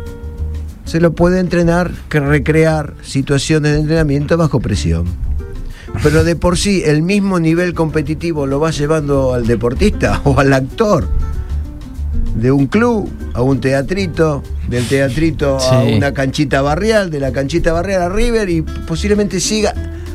se lo puede entrenar, que recrear situaciones de entrenamiento bajo presión. Pero de por sí, el mismo nivel competitivo lo va llevando al deportista o al actor. De un club a un teatrito, del teatrito a Sí. una canchita barrial, de la canchita barrial a River, y posiblemente siga.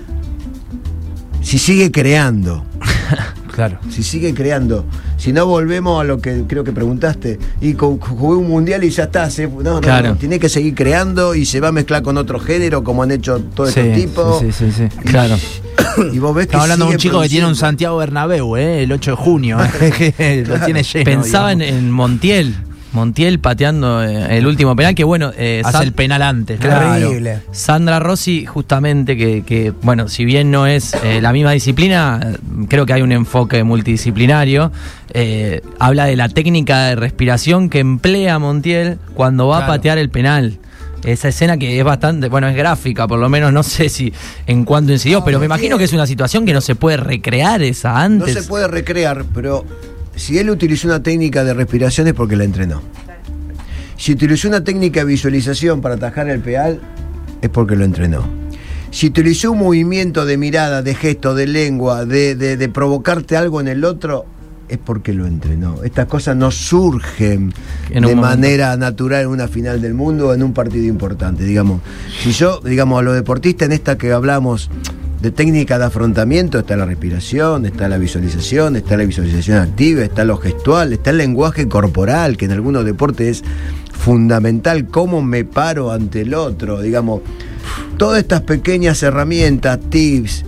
Si sigue creando. Claro. Si sigue creando. Si no, volvemos a lo que creo que preguntaste. Y jugué un mundial y ya está. No, Claro. tiene que seguir creando y se va a mezclar con otro género, como han hecho todos estos tipos. Sí. Claro. Y vos ves que Estamos hablando de un sigue chico que tiene un produciendo. Santiago Bernabéu, el 8 de junio. Lo tiene lleno. Pensaba digamos. en Montiel pateando el último penal, que bueno, Hace el penal antes. Terrible. Sandra Rossi, justamente, que bueno, si bien no es la misma disciplina, creo que hay un enfoque multidisciplinario. Habla de la técnica de respiración que emplea Montiel cuando va a patear el penal. Esa escena que es bastante, bueno, es gráfica, por lo menos no sé si en cuánto incidió, pero me imagino que es una situación que no se puede recrear esa No antes. se puede recrear, pero si él utilizó una técnica de respiración es porque la entrenó. Si utilizó una técnica de visualización para atajar el penal es porque lo entrenó. Si utilizó un movimiento de mirada, de gesto, de lengua, de provocarte algo en el otro, es porque lo entrenó. Estas cosas no surgen En un de momento. manera natural en una final del mundo o en un partido importante, digamos. Si yo, digamos, a los deportistas en esta que hablamos de técnica de afrontamiento, está la respiración, está la visualización activa, está lo gestual, está el lenguaje corporal, que en algunos deportes es fundamental, cómo me paro ante el otro, digamos. Todas estas pequeñas herramientas, tips,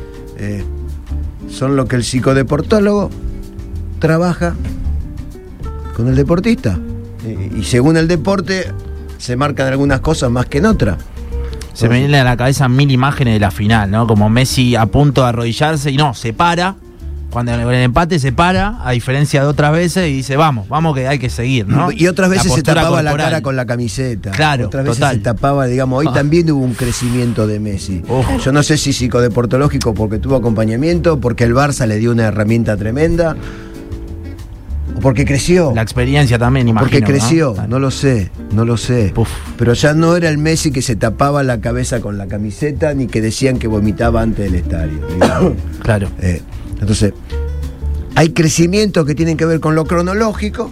son lo que el psicodeportólogo trabaja con el deportista. Y según el deporte, se marcan algunas cosas más que en otras. Se me vienen a la cabeza 1000 imágenes de la final, ¿no? Como Messi a punto de arrodillarse y no, se para. Cuando en el empate se para, a diferencia de otras veces, y dice, vamos que hay que seguir, ¿no? Y otras veces La se postura tapaba la corporal. cara con la camiseta. Claro, otras veces total. se tapaba, digamos, hoy también hubo un crecimiento de Messi. Ojo. Yo no sé si psicodeportológico porque tuvo acompañamiento, porque el Barça le dio una herramienta tremenda, o porque creció. La experiencia también, imagino. Porque creció, ¿no? no lo sé. Uf. Pero ya no era el Messi que se tapaba la cabeza con la camiseta, ni que decían que vomitaba antes del estadio, digamos. Claro. Entonces, hay crecimientos que tienen que ver con lo cronológico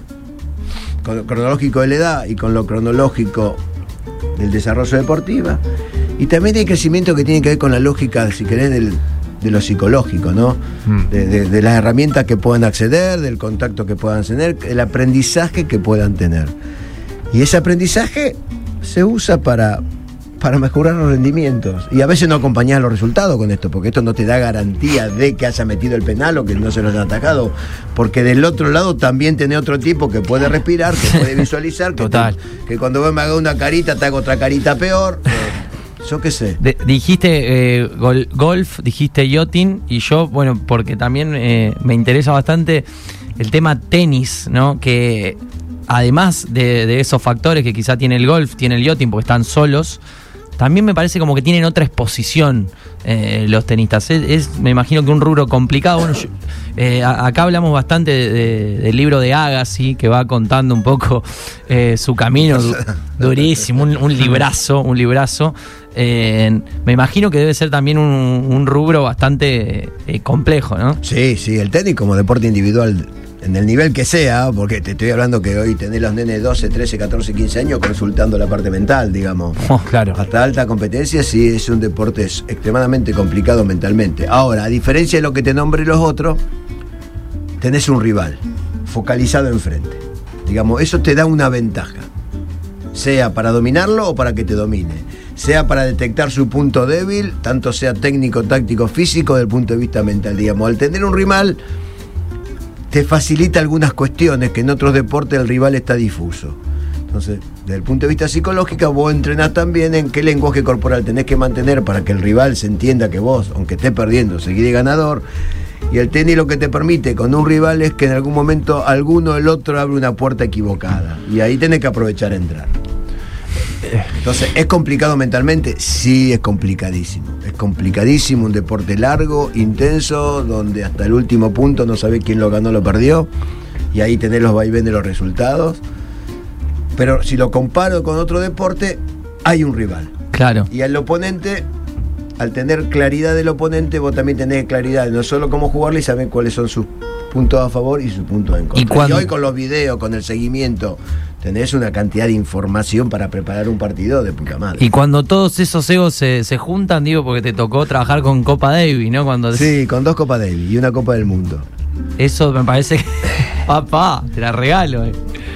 de la edad y con lo cronológico del desarrollo deportivo. Y también hay crecimientos que tienen que ver con la lógica, si querés, de lo psicológico, ¿no? De las herramientas que puedan acceder, del contacto que puedan tener, el aprendizaje que puedan tener. Y ese aprendizaje se usa para para mejorar los rendimientos. Y a veces no acompañás los resultados con esto, porque esto no te da garantía de que haya metido el penal o que no se lo haya atajado. Porque del otro lado también tenés otro tipo que puede respirar, que puede visualizar, que cuando vos me hagas una carita te hago otra carita peor. Yo qué sé. Dijiste golf, dijiste yachting, y yo, bueno, porque también me interesa bastante el tema tenis, ¿no? Que además de esos factores que quizá tiene el golf, tiene el yachting, porque están solos, también me parece como que tienen otra exposición los tenistas. Me imagino que un rubro complicado. Bueno, acá hablamos bastante del libro de Agassi, que va contando un poco su camino durísimo, un librazo. Me imagino que debe ser también un rubro bastante complejo, ¿no? Sí, el tenis como deporte individual, en el nivel que sea, porque te estoy hablando que hoy tenés los nenes de 12, 13, 14, 15 años consultando la parte mental, digamos. Claro. Hasta alta competencia sí es un deporte extremadamente complicado mentalmente. Ahora, a diferencia de lo que te nombré los otros, tenés un rival focalizado enfrente. Digamos, eso te da una ventaja. Sea para dominarlo o para que te domine. Sea para detectar su punto débil, tanto sea técnico, táctico, físico, desde el punto de vista mental. Digamos, al tener un rival, te facilita algunas cuestiones que en otros deportes el rival está difuso. Entonces, desde el punto de vista psicológico, vos entrenás también en qué lenguaje corporal tenés que mantener para que el rival se entienda que vos, aunque estés perdiendo, seguís de ganador. Y el tenis lo que te permite con un rival es que en algún momento alguno o el otro abre una puerta equivocada. Y ahí tenés que aprovechar a entrar. Entonces, ¿es complicado mentalmente? Sí, es complicadísimo. Es complicadísimo, un deporte largo, intenso, donde hasta el último punto no sabés quién lo ganó o lo perdió. Y ahí tenés los vaivenes de los resultados. Pero si lo comparo con otro deporte, hay un rival. Claro. Y al oponente, al tener claridad del oponente, vos también tenés claridad de no solo cómo jugarle y sabés cuáles son sus puntos a favor y sus puntos en contra. Y hoy con los videos, con el seguimiento, tenés una cantidad de información para preparar un partido de puta madre. Y cuando todos esos egos se juntan, digo, porque te tocó trabajar con Copa Davis, ¿no? Sí, con 2 Copa Davis y una Copa del Mundo. Eso me parece que... Papá, te la regalo.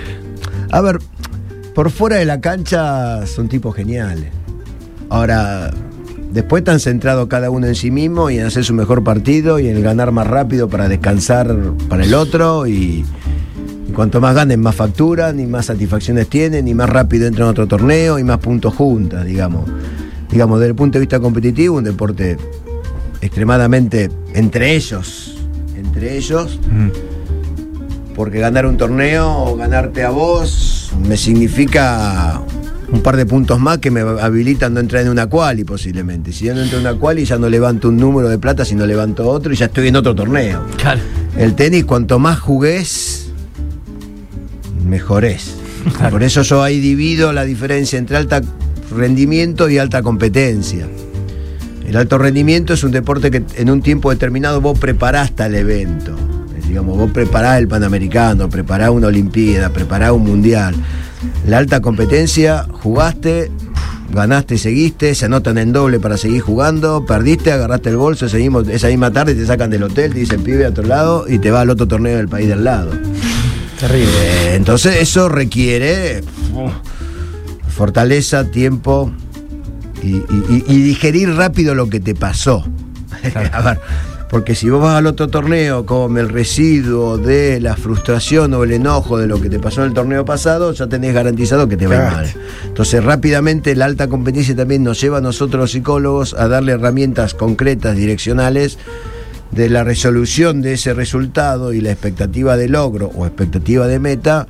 A ver, por fuera de la cancha son tipos geniales. Ahora, después están centrados cada uno en sí mismo y en hacer su mejor partido y en ganar más rápido para descansar para el otro. Y cuanto más ganen, más facturan y más satisfacciones tienen y más rápido entran a otro torneo y más puntos juntas, digamos. Digamos, desde el punto de vista competitivo, un deporte extremadamente entre ellos. Porque ganar un torneo o ganarte a vos me significa un par de puntos más que me habilitan no entrar en una quali posiblemente. Si yo no entro en una quali ya no levanto un número de plata, sino levanto otro y ya estoy en otro torneo. Claro. El tenis, cuanto más jugués, mejor es. Claro. Por eso yo ahí divido la diferencia entre alto rendimiento y alta competencia. El alto rendimiento es un deporte que en un tiempo determinado vos preparás tal evento. Digamos, vos preparás el Panamericano, preparás una Olimpiada, preparás un Mundial. La alta competencia, jugaste, ganaste, seguiste, se anotan en doble para seguir jugando, perdiste, agarraste el bolso, seguimos, esa misma tarde te sacan del hotel, te dicen pibe a otro lado y te vas al otro torneo del país del lado. Terrible. Entonces eso requiere fortaleza, tiempo y digerir rápido lo que te pasó. A ver, porque si vos vas al otro torneo con el residuo de la frustración o el enojo de lo que te pasó en el torneo pasado, ya tenés garantizado que te va a ir mal. Entonces rápidamente la alta competencia también nos lleva a nosotros los psicólogos a darle herramientas concretas, direccionales, de la resolución de ese resultado y la expectativa de logro o expectativa de meta,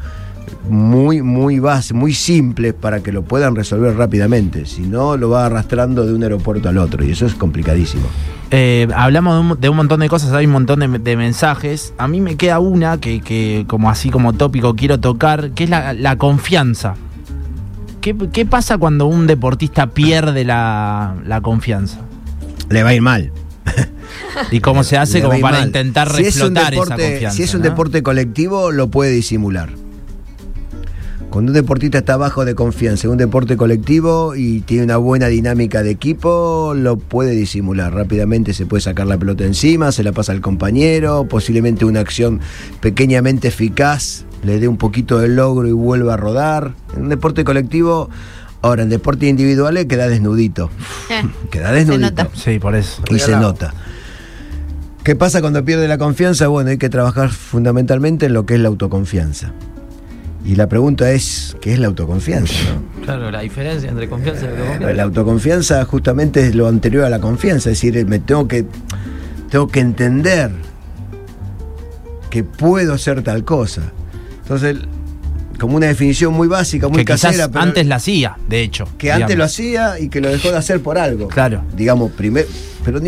muy base, muy simple para que lo puedan resolver rápidamente. Si no, lo va arrastrando de un aeropuerto al otro y eso es complicadísimo. Hablamos de un montón de cosas, hay un montón de mensajes. A mí me queda una que como así como tópico quiero tocar, que es la confianza. ¿Qué pasa cuando un deportista pierde la confianza? Le va a ir mal. ¿Y cómo se hace como para intentar reflotar esa confianza? Si es un deporte colectivo, lo puede disimular. Cuando un deportista está bajo de confianza en un deporte colectivo y tiene una buena dinámica de equipo, lo puede disimular. Rápidamente se puede sacar la pelota encima, se la pasa al compañero, posiblemente una acción pequeñamente eficaz le dé un poquito de logro y vuelva a rodar. En un deporte colectivo Ahora, en deportes individuales queda desnudito. Queda desnudito. Se nota. Sí, por eso. Y se nota. ¿Qué pasa cuando pierde la confianza? Bueno, hay que trabajar fundamentalmente en lo que es la autoconfianza. Y la pregunta es, ¿qué es la autoconfianza? ¿no? Claro, la diferencia entre confianza y autoconfianza. La autoconfianza justamente es lo anterior a la confianza, es decir, me tengo que entender que puedo hacer tal cosa. Entonces, como una definición muy básica, muy que casera, quizás pero antes la hacía, de hecho. que antes lo hacía y que lo dejó de hacer por algo. Claro. Digamos, primero, pero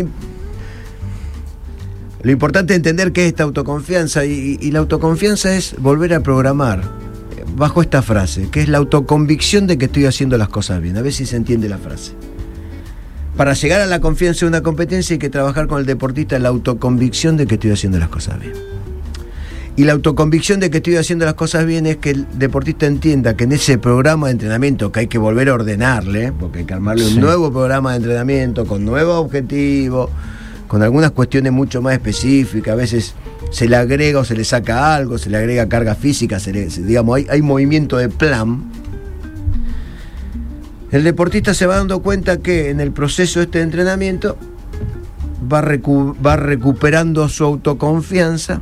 lo importante es entender qué es esta autoconfianza y la autoconfianza es volver a programar bajo esta frase, que es la autoconvicción de que estoy haciendo las cosas bien. A ver si se entiende la frase. Para llegar a la confianza en una competencia hay que trabajar con el deportista la autoconvicción de que estoy haciendo las cosas bien. Y la autoconvicción de que estoy haciendo las cosas bien es que el deportista entienda que en ese programa de entrenamiento que hay que volver a ordenarle, porque hay que armarle un nuevo programa de entrenamiento con nuevos objetivos, con algunas cuestiones mucho más específicas, a veces se le agrega o se le saca algo, se le agrega carga física, digamos, hay movimiento de plan. El deportista se va dando cuenta que en el proceso de este entrenamiento va recuperando su autoconfianza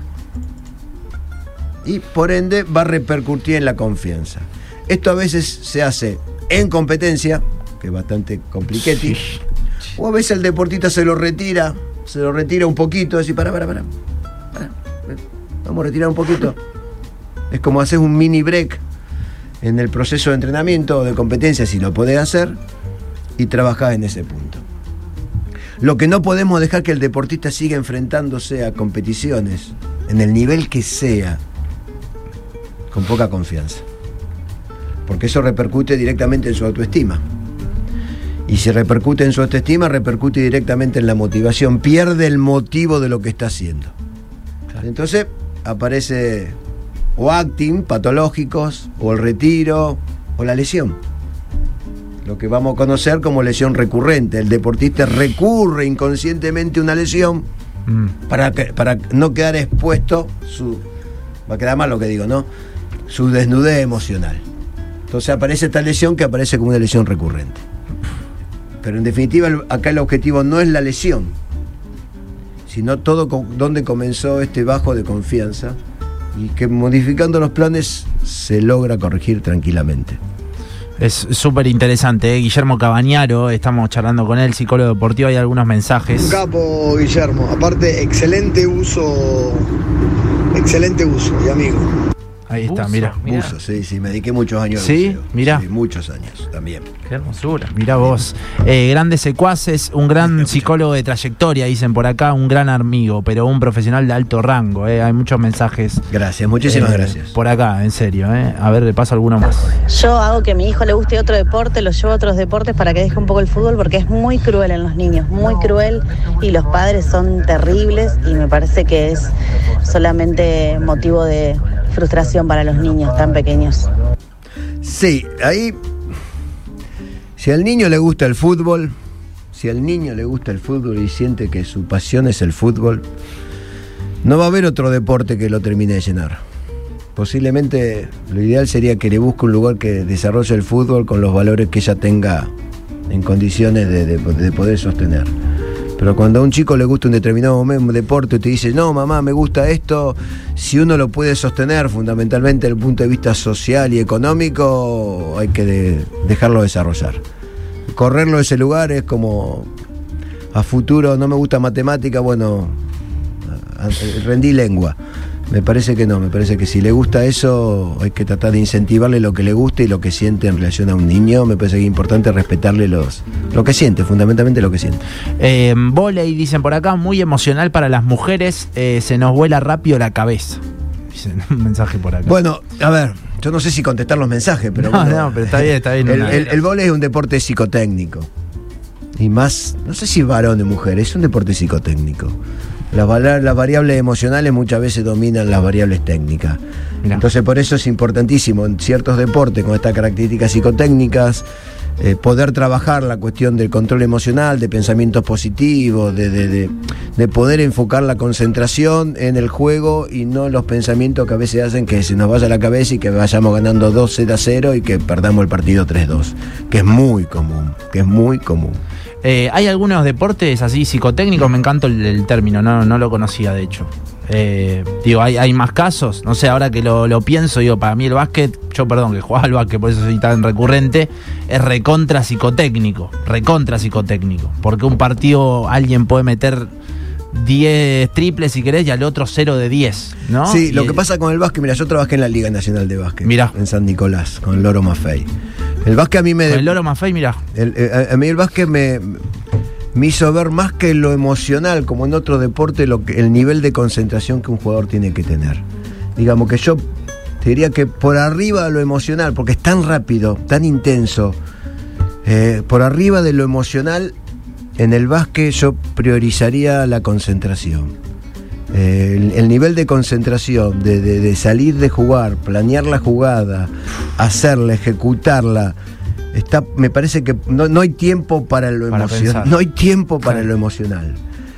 y por ende va a repercutir en la confianza. Esto a veces se hace en competencia, que es bastante compliquete, o a veces el deportista se lo retira un poquito, decir, para, vamos a retirar un poquito. Es como hacer un mini break en el proceso de entrenamiento o de competencia, si lo podés hacer, y trabajar en ese punto. Lo que no podemos dejar que el deportista siga enfrentándose a competiciones, en el nivel que sea, con poca confianza. Porque eso repercute directamente en su autoestima. Y si repercute en su autoestima, repercute directamente en la motivación. Pierde el motivo de lo que está haciendo. Claro. Entonces aparece o acting patológicos, o el retiro, o la lesión. Lo que vamos a conocer como lesión recurrente. El deportista recurre inconscientemente a una lesión para no quedar expuesto, va a quedar mal lo que digo, ¿no? Su desnudez emocional. Entonces aparece esta lesión que aparece como una lesión recurrente. Pero en definitiva acá el objetivo no es la lesión, sino todo donde comenzó este bajo de confianza y que modificando los planes se logra corregir tranquilamente. Es súper interesante, ¿eh? Guillermo Cabañaro, estamos charlando con él, psicólogo deportivo, hay algunos mensajes. Un capo, Guillermo, aparte excelente uso y amigo. Ahí está, mira. Buzo, sí, me dediqué muchos años. Sí, mira. Sí, muchos años también. Qué hermosura. Mirá vos. Grandes secuaces, un gran psicólogo de trayectoria, dicen por acá, un gran amigo, pero un profesional de alto rango. Hay muchos mensajes. Gracias, muchísimas gracias. Por acá, en serio. A ver, le paso alguno más. Yo hago que a mi hijo le guste otro deporte, lo llevo a otros deportes para que deje un poco el fútbol, porque es muy cruel en los niños, muy cruel, y los padres son terribles, y me parece que es solamente motivo de frustración para los niños tan pequeños. Sí, ahí, si al niño le gusta el fútbol, y siente que su pasión es el fútbol, no va a haber otro deporte que lo termine de llenar. Posiblemente lo ideal sería que le busque un lugar que desarrolle el fútbol con los valores que ella tenga en condiciones de poder sostener. Pero cuando a un chico le gusta un determinado deporte y te dice, no, mamá, me gusta esto, si uno lo puede sostener fundamentalmente desde el punto de vista social y económico, hay que dejarlo desarrollar. Correrlo de ese lugar es como, a futuro, no me gusta matemática, bueno, rendí lengua. Me parece que no, me parece que si le gusta eso, hay que tratar de incentivarle lo que le guste y lo que siente en relación a un niño. Me parece que es importante respetarle lo que siente, fundamentalmente lo que siente. Vóley, dicen por acá, muy emocional para las mujeres, se nos vuela rápido la cabeza. Dicen un mensaje por acá. Bueno, a ver, yo no sé si contestar los mensajes, pero No, pero está bien. El vóley es un deporte psicotécnico. Y más, no sé si varón o mujer, es un deporte psicotécnico. Las variables emocionales muchas veces dominan las variables técnicas. Mirá. Entonces por eso es importantísimo en ciertos deportes con estas características psicotécnicas poder trabajar la cuestión del control emocional, de pensamientos positivos, de poder enfocar la concentración en el juego y no en los pensamientos que a veces hacen que se nos vaya la cabeza y que vayamos ganando 2-0 y que perdamos el partido 3-2, que es muy común, Hay algunos deportes así psicotécnicos, me encanta el término, no lo conocía de hecho. Hay más casos, no sé, ahora que lo pienso, para mí el básquet, que jugaba al básquet, por eso soy tan recurrente, es recontra psicotécnico, porque un partido alguien puede meter 10 triples si querés y al otro 0 de 10, ¿no? Sí, lo que pasa con el básquet, mira, yo trabajé en la Liga Nacional de Básquet, en San Nicolás, con el Loro Maffei. El básquet a mí me... Con el Loro Maffei, mirá. A mí el básquet me hizo ver más que lo emocional, como en otro deporte, el nivel de concentración que un jugador tiene que tener. Digamos que yo te diría que por arriba de lo emocional, porque es tan rápido, tan intenso, por arriba de lo emocional, en el básquet yo priorizaría la concentración. El nivel de concentración, de salir de jugar, planear la jugada, hacerla, ejecutarla, me parece que no hay tiempo para lo emocional. No hay tiempo para lo emocional.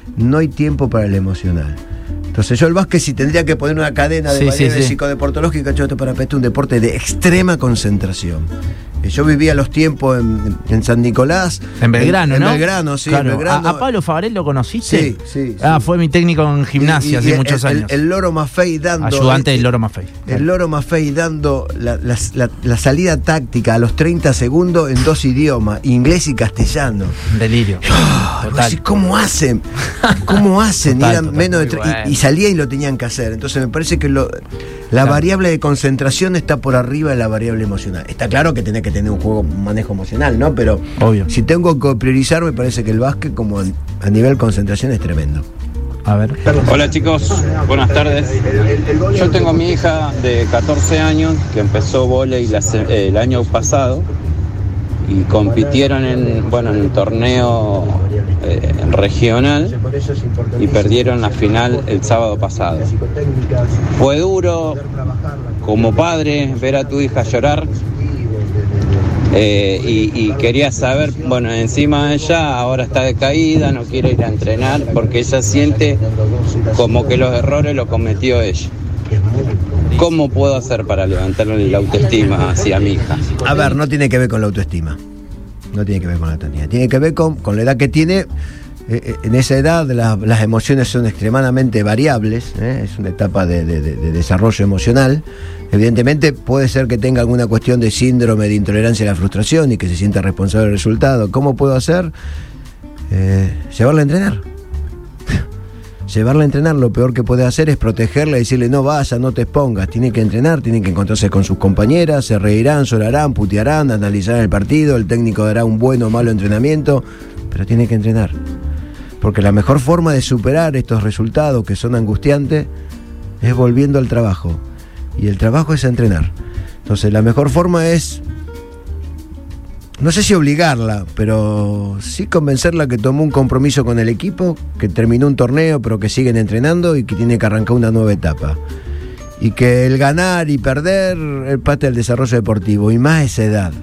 Entonces yo el básquet, si tendría que poner una cadena de variables psicodeportológicas, para es un deporte de extrema concentración. Yo vivía los tiempos en San Nicolás. En Belgrano, ¿no? En Belgrano, sí. Claro. En Belgrano. ¿A Pablo Favarel lo conociste? Sí. Fue mi técnico en gimnasia hace muchos años. El Loro Maffei dando... Ayudante del Loro Maffei. El Loro Maffei dando la salida táctica a los 30 segundos en 2 idiomas, inglés y castellano. Delirio. Total. ¿Cómo hacen? Total, y eran menos de y salía y lo tenían que hacer. Entonces me parece que la variable de concentración está por arriba de la variable emocional. Está claro que tenés que tener un manejo emocional, ¿no? Pero obvio, si tengo que priorizar, me parece que el básquet como a nivel concentración es tremendo. A ver. Hola chicos, buenas tardes. Yo tengo a mi hija de 14 años que empezó vóley el año pasado y compitieron en un torneo regional y perdieron la final el sábado pasado. Fue duro como padre ver a tu hija llorar y quería saber, encima ella ahora está decaída, no quiere ir a entrenar porque ella siente como que los errores los cometió ella. ¿Cómo puedo hacer para levantarle la autoestima hacia mi hija? A ver, no tiene que ver con la autoestima. Tiene que ver con la edad que tiene. En esa edad las emociones son extremadamente variables, es una etapa de desarrollo emocional. Evidentemente puede ser que tenga alguna cuestión de síndrome de intolerancia a la frustración y que se sienta responsable del resultado. ¿Cómo puedo hacer? Llevarla a entrenar. Llevarla a entrenar, lo peor que puede hacer es protegerla y decirle no vaya, no te expongas, tiene que entrenar, tiene que encontrarse con sus compañeras, se reirán, llorarán, putearán, analizarán el partido, el técnico dará un buen o malo entrenamiento, pero tiene que entrenar. Porque la mejor forma de superar estos resultados que son angustiantes es volviendo al trabajo. Y el trabajo es entrenar. Entonces la mejor forma es, no sé si obligarla, pero sí convencerla que tomó un compromiso con el equipo, que terminó un torneo pero que siguen entrenando y que tiene que arrancar una nueva etapa. Y que el ganar y perder es parte del desarrollo deportivo, y más esa edad.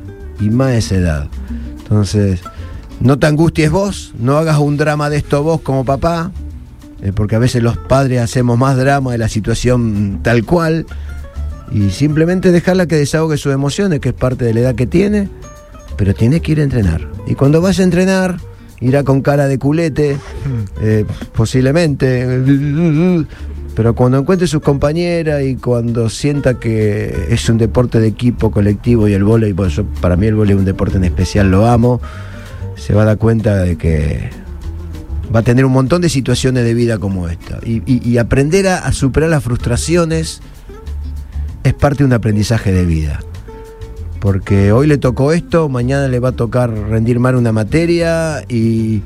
Entonces, no te angusties vos, no hagas un drama de esto vos como papá, porque a veces los padres hacemos más drama de la situación tal cual, y simplemente dejarla que desahogue sus emociones, que es parte de la edad que tiene, pero tiene que ir a entrenar. Y cuando vaya a entrenar, irá con cara de culete, posiblemente, pero cuando encuentre sus compañeras y cuando sienta que es un deporte de equipo, colectivo, y el vóley, para mí el vóley es un deporte en especial, lo amo, se va a dar cuenta de que va a tener un montón de situaciones de vida como esta. Y aprender a superar las frustraciones es parte de un aprendizaje de vida. Porque hoy le tocó esto, mañana le va a tocar rendir mal una materia y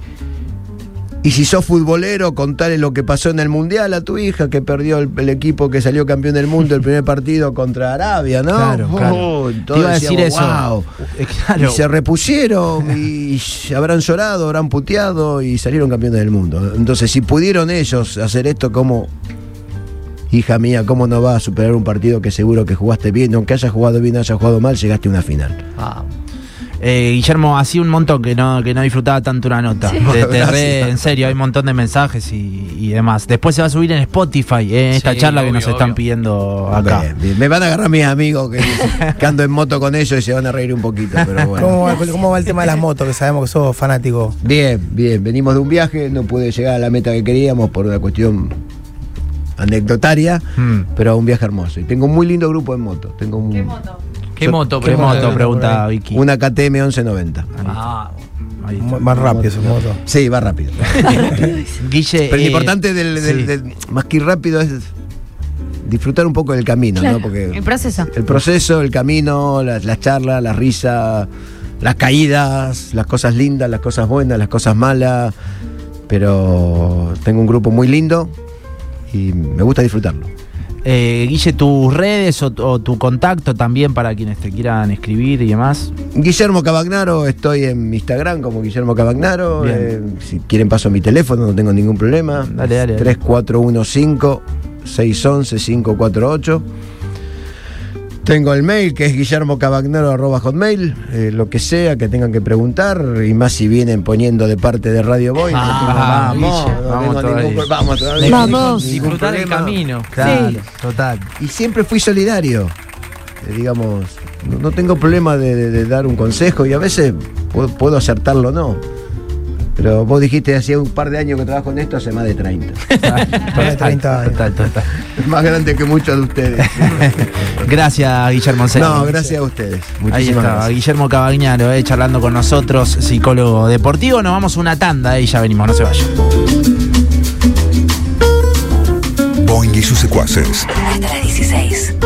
si sos futbolero, contale lo que pasó en el Mundial a tu hija, que perdió el equipo que salió campeón del mundo el primer partido contra Arabia, ¿no? Claro. Te iba a decir eso. Wow. Claro. Y se repusieron y habrán llorado, habrán puteado y salieron campeones del mundo. Entonces, si pudieron ellos hacer esto, ¿cómo, hija mía, cómo no vas a superar un partido que seguro que jugaste bien? Aunque hayas jugado bien, hayas jugado mal, llegaste a una final. Guillermo, hacía un montón que no disfrutaba tanto una nota. Sí. En serio, hay un montón de mensajes y demás. Después se va a subir en Spotify, esta Sí, charla que obvio, nos están obvio. pidiendo acá. Bien, bien. Me van a agarrar mis amigos que ando en moto con ellos y se van a reír un poquito, pero bueno. ¿Cómo va el tema de las motos? Que sabemos que sos fanático. Bien, bien. Venimos de un viaje, no pude llegar a la meta que queríamos por una cuestión anecdotaria, pero un viaje hermoso. Y tengo un muy lindo grupo en moto. ¿Qué moto? ¿Qué moto? Pregunta Vicky. Una KTM 1190. Ahí está. Más rápido esa moto. Sí, va rápido. Guille, Pero lo importante sí. más que ir rápido es disfrutar un poco del camino, Claro. ¿no? Porque El proceso. el proceso, el camino, las charlas, la risa, las caídas, las cosas lindas, las cosas buenas, las cosas malas. Pero tengo un grupo muy lindo y me gusta disfrutarlo. Guille, tus redes o tu contacto también para quienes te quieran escribir y demás. Guillermo Cavagnaro, estoy en Instagram como Guillermo Cavagnaro. Bien. Si quieren paso mi teléfono, no tengo ningún problema. Dale. 3415-611-548. Tengo el mail que es guillermocavagnaro@hotmail. Lo que sea que tengan que preguntar, y más si vienen poniendo de parte de Radio Boy. Vamos, todavía. Vamos. Disfrutar el camino. Claro, Sí. total. Y siempre fui solidario. Digamos, no tengo problema de dar un consejo y a veces puedo acertarlo o no. Pero vos dijiste hacía un par de años que trabajo en esto, hace más de 30. Más de 30 años. Total. Es más grande que muchos de ustedes. Gracias, Guillermo. en serio. No, gracias a ustedes. Ahí Muchísimas está, gracias. Guillermo Cavagnaro, charlando con nosotros, psicólogo deportivo. Nos vamos a una tanda y ya venimos, no se vayan. Boing y sus secuaces. Hasta las 16.